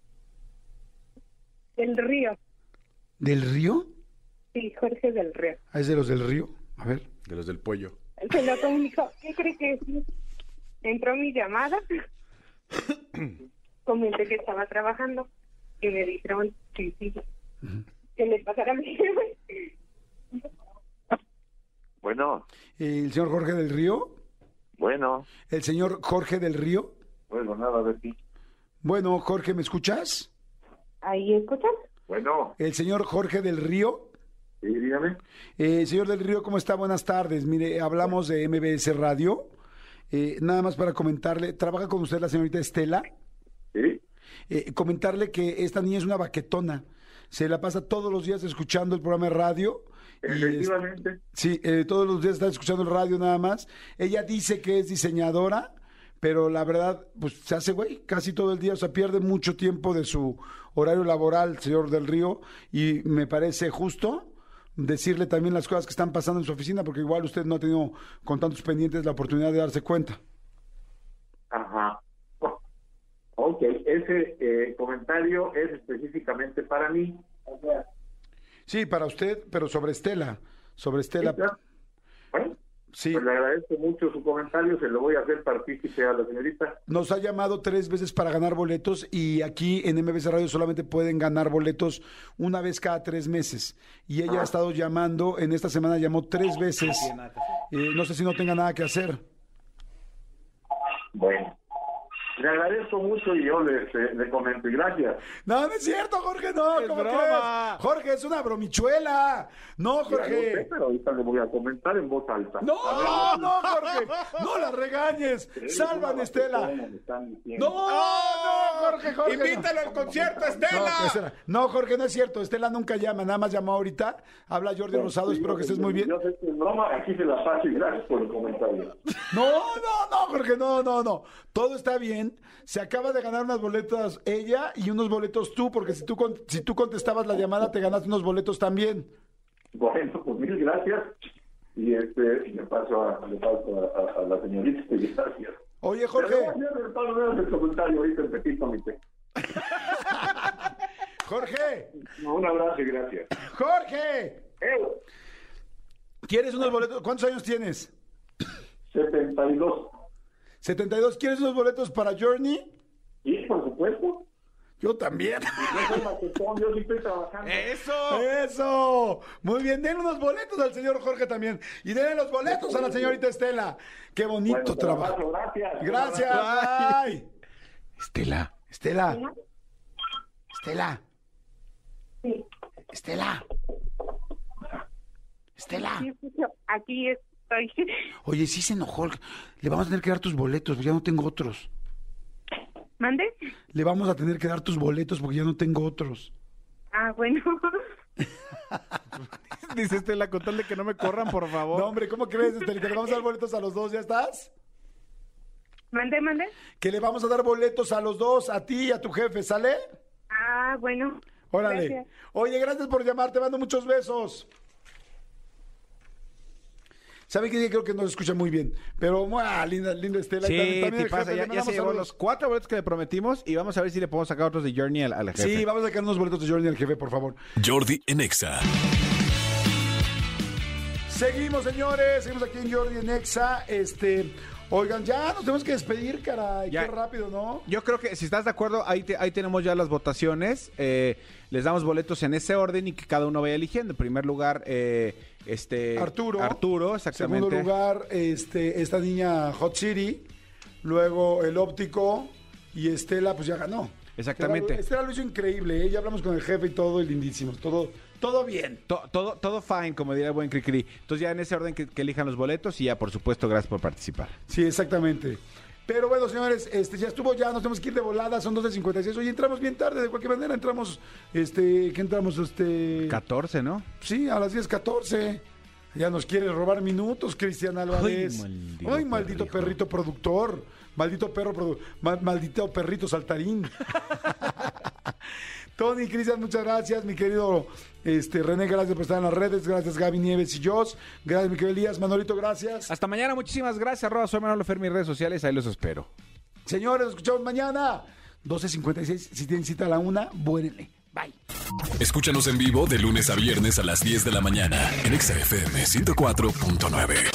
Del Río. ¿Del Río? Sí, Jorge del Río. Ah, es de los del Río. A ver. De los del pollo. Se lo comunicó. ¿Qué cree que sí? Entró mi llamada. Comenté que estaba trabajando y me dijeron sí, que le pasara a mi jefe. Bueno. ¿El señor Jorge del Río? Bueno. ¿El señor Jorge del Río? Bueno, nada de ti. Bueno, Jorge, ¿me escuchas? ¿Ahí escuchas? Bueno. ¿El señor Jorge del Río? Sí, dígame. Señor del Río, ¿cómo está? Buenas tardes. Mire, hablamos de MBS Radio. Nada más para comentarle, ¿trabaja con usted la señorita Estela? Sí. Comentarle que esta niña es una baquetona. Se la pasa todos los días escuchando el programa de radio. Efectivamente. Sí, todos los días está escuchando el radio nada más. Ella dice que es diseñadora, pero la verdad, pues se hace güey casi todo el día, o sea, pierde mucho tiempo de su horario laboral, señor del Río, y me parece justo decirle también las cosas que están pasando en su oficina, porque igual usted no ha tenido con tantos pendientes la oportunidad de darse cuenta. Ajá. Ok, ese comentario es específicamente para mí. O sea, sí, para usted, pero sobre Estela. Sobre Estela. ¿sí, claro? Bueno, sí. Pues le agradezco mucho su comentario, se lo voy a hacer partícipe a la señorita. Nos ha llamado 3 veces para ganar boletos y aquí en MBS Radio solamente pueden ganar boletos una vez cada 3 meses. Y ella ha estado llamando, en esta semana llamó 3 veces. No sé si no tenga nada que hacer. Bueno. Le agradezco mucho y yo le comento y gracias. No, no es cierto, Jorge, no, Es ¿cómo broma. crees? Jorge, es una bromichuela. No, Mira, no sé, Jorge. pero ahorita le voy a comentar en voz alta. No, Jorge, no la regañes. Salvan, Estela. No, Jorge. Invítalo al concierto, Estela. No, Jorge, no es cierto. Estela nunca llama, nada más llamó ahorita. Habla Jordi Rosado, espero que estés muy bien. Yo sé que es broma, aquí se la paso y gracias por el comentario. No, Jorge, no. Todo está bien. Se acaba de ganar unas boletas ella y unos boletos tú, porque si tú contestabas la llamada, te ganaste unos boletos también. Bueno, pues mil gracias. Y le paso a la señorita y gracias. Oye, Jorge. El comentario ahorita en Petit Comité. Jorge. Un abrazo y gracias. Jorge. ¿Quieres unos boletos? ¿Cuántos años tienes? 72. 72. ¿Quieres unos boletos para Journey? Sí, por supuesto. Yo también. Yo sí estoy trabajando. ¡Eso! Muy bien, denle unos boletos al señor Jorge también. Y denle los boletos a la señorita Estela. ¡Qué bonito trabajo! Gracias. Bye. Estela. Sí. Estela. Sí, aquí estoy. Oye, sí se enojó. Le vamos a tener que dar tus boletos, porque ya no tengo otros. ¿Mande? Le vamos a tener que dar tus boletos, porque ya no tengo otros. Ah, bueno. Dice Estela, con tal de que no me corran, por favor. No, hombre, ¿cómo crees, Estelita? Le vamos a dar boletos a los dos, ¿ya estás? ¿Mande? Que le vamos a dar boletos a los dos, a ti y a tu jefe, ¿sale? Ah, bueno. Órale. Gracias. Oye, gracias por llamar, te mando muchos besos. ¿Saben qué? Creo que no se escucha muy bien. Pero, linda Estela. Sí, Y también te el pasa. jefe, le Ya se mandamos llevó saludos. los 4 boletos que le prometimos y vamos a ver si le podemos sacar otros de Journey al jefe. Sí, vamos a sacar unos boletos de Jordi al jefe, por favor. Jordi en Exa. Seguimos, señores. Seguimos aquí en Jordi en Exa. Oigan, ya nos tenemos que despedir, caray. Ya. Qué rápido, ¿no? Yo creo que si estás de acuerdo, ahí tenemos ya las votaciones. Les damos boletos en ese orden y que cada uno vaya eligiendo. En primer lugar, Arturo, exactamente. Segundo lugar, esta niña Hot City. Luego el óptico. Y Estela, pues ya ganó. Exactamente. Estela lo hizo increíble, ¿eh? Ya hablamos con el jefe y todo, y lindísimos. Todo bien. Todo fine, como diría el buen Cricri. Entonces ya en ese orden que elijan los boletos y ya, por supuesto, gracias por participar. Sí, exactamente. Pero bueno, señores, ya estuvo, ya nos tenemos que ir de volada, son 12:56. Oye, entramos bien tarde, de cualquier manera, entramos, ¿qué entramos? 14, ¿no? Sí, a las 10:14. Ya nos quiere robar minutos, Cristian Álvarez. Ay, maldito perrito productor. Maldito maldito perrito saltarín. Tony, Cristian, muchas gracias. Mi querido René, gracias por estar en las redes. Gracias, Gaby Nieves y Joss. Gracias, mi querido Elías. Manolito, gracias. Hasta mañana, muchísimas gracias. Soy Manolo Fer, mis redes sociales, ahí los espero. Señores, nos escuchamos mañana. 12:56. Si tienen cita a la 1, vuélenle. Bye. Escúchanos en vivo de lunes a viernes a las 10 de la mañana en Exa FM 104.9.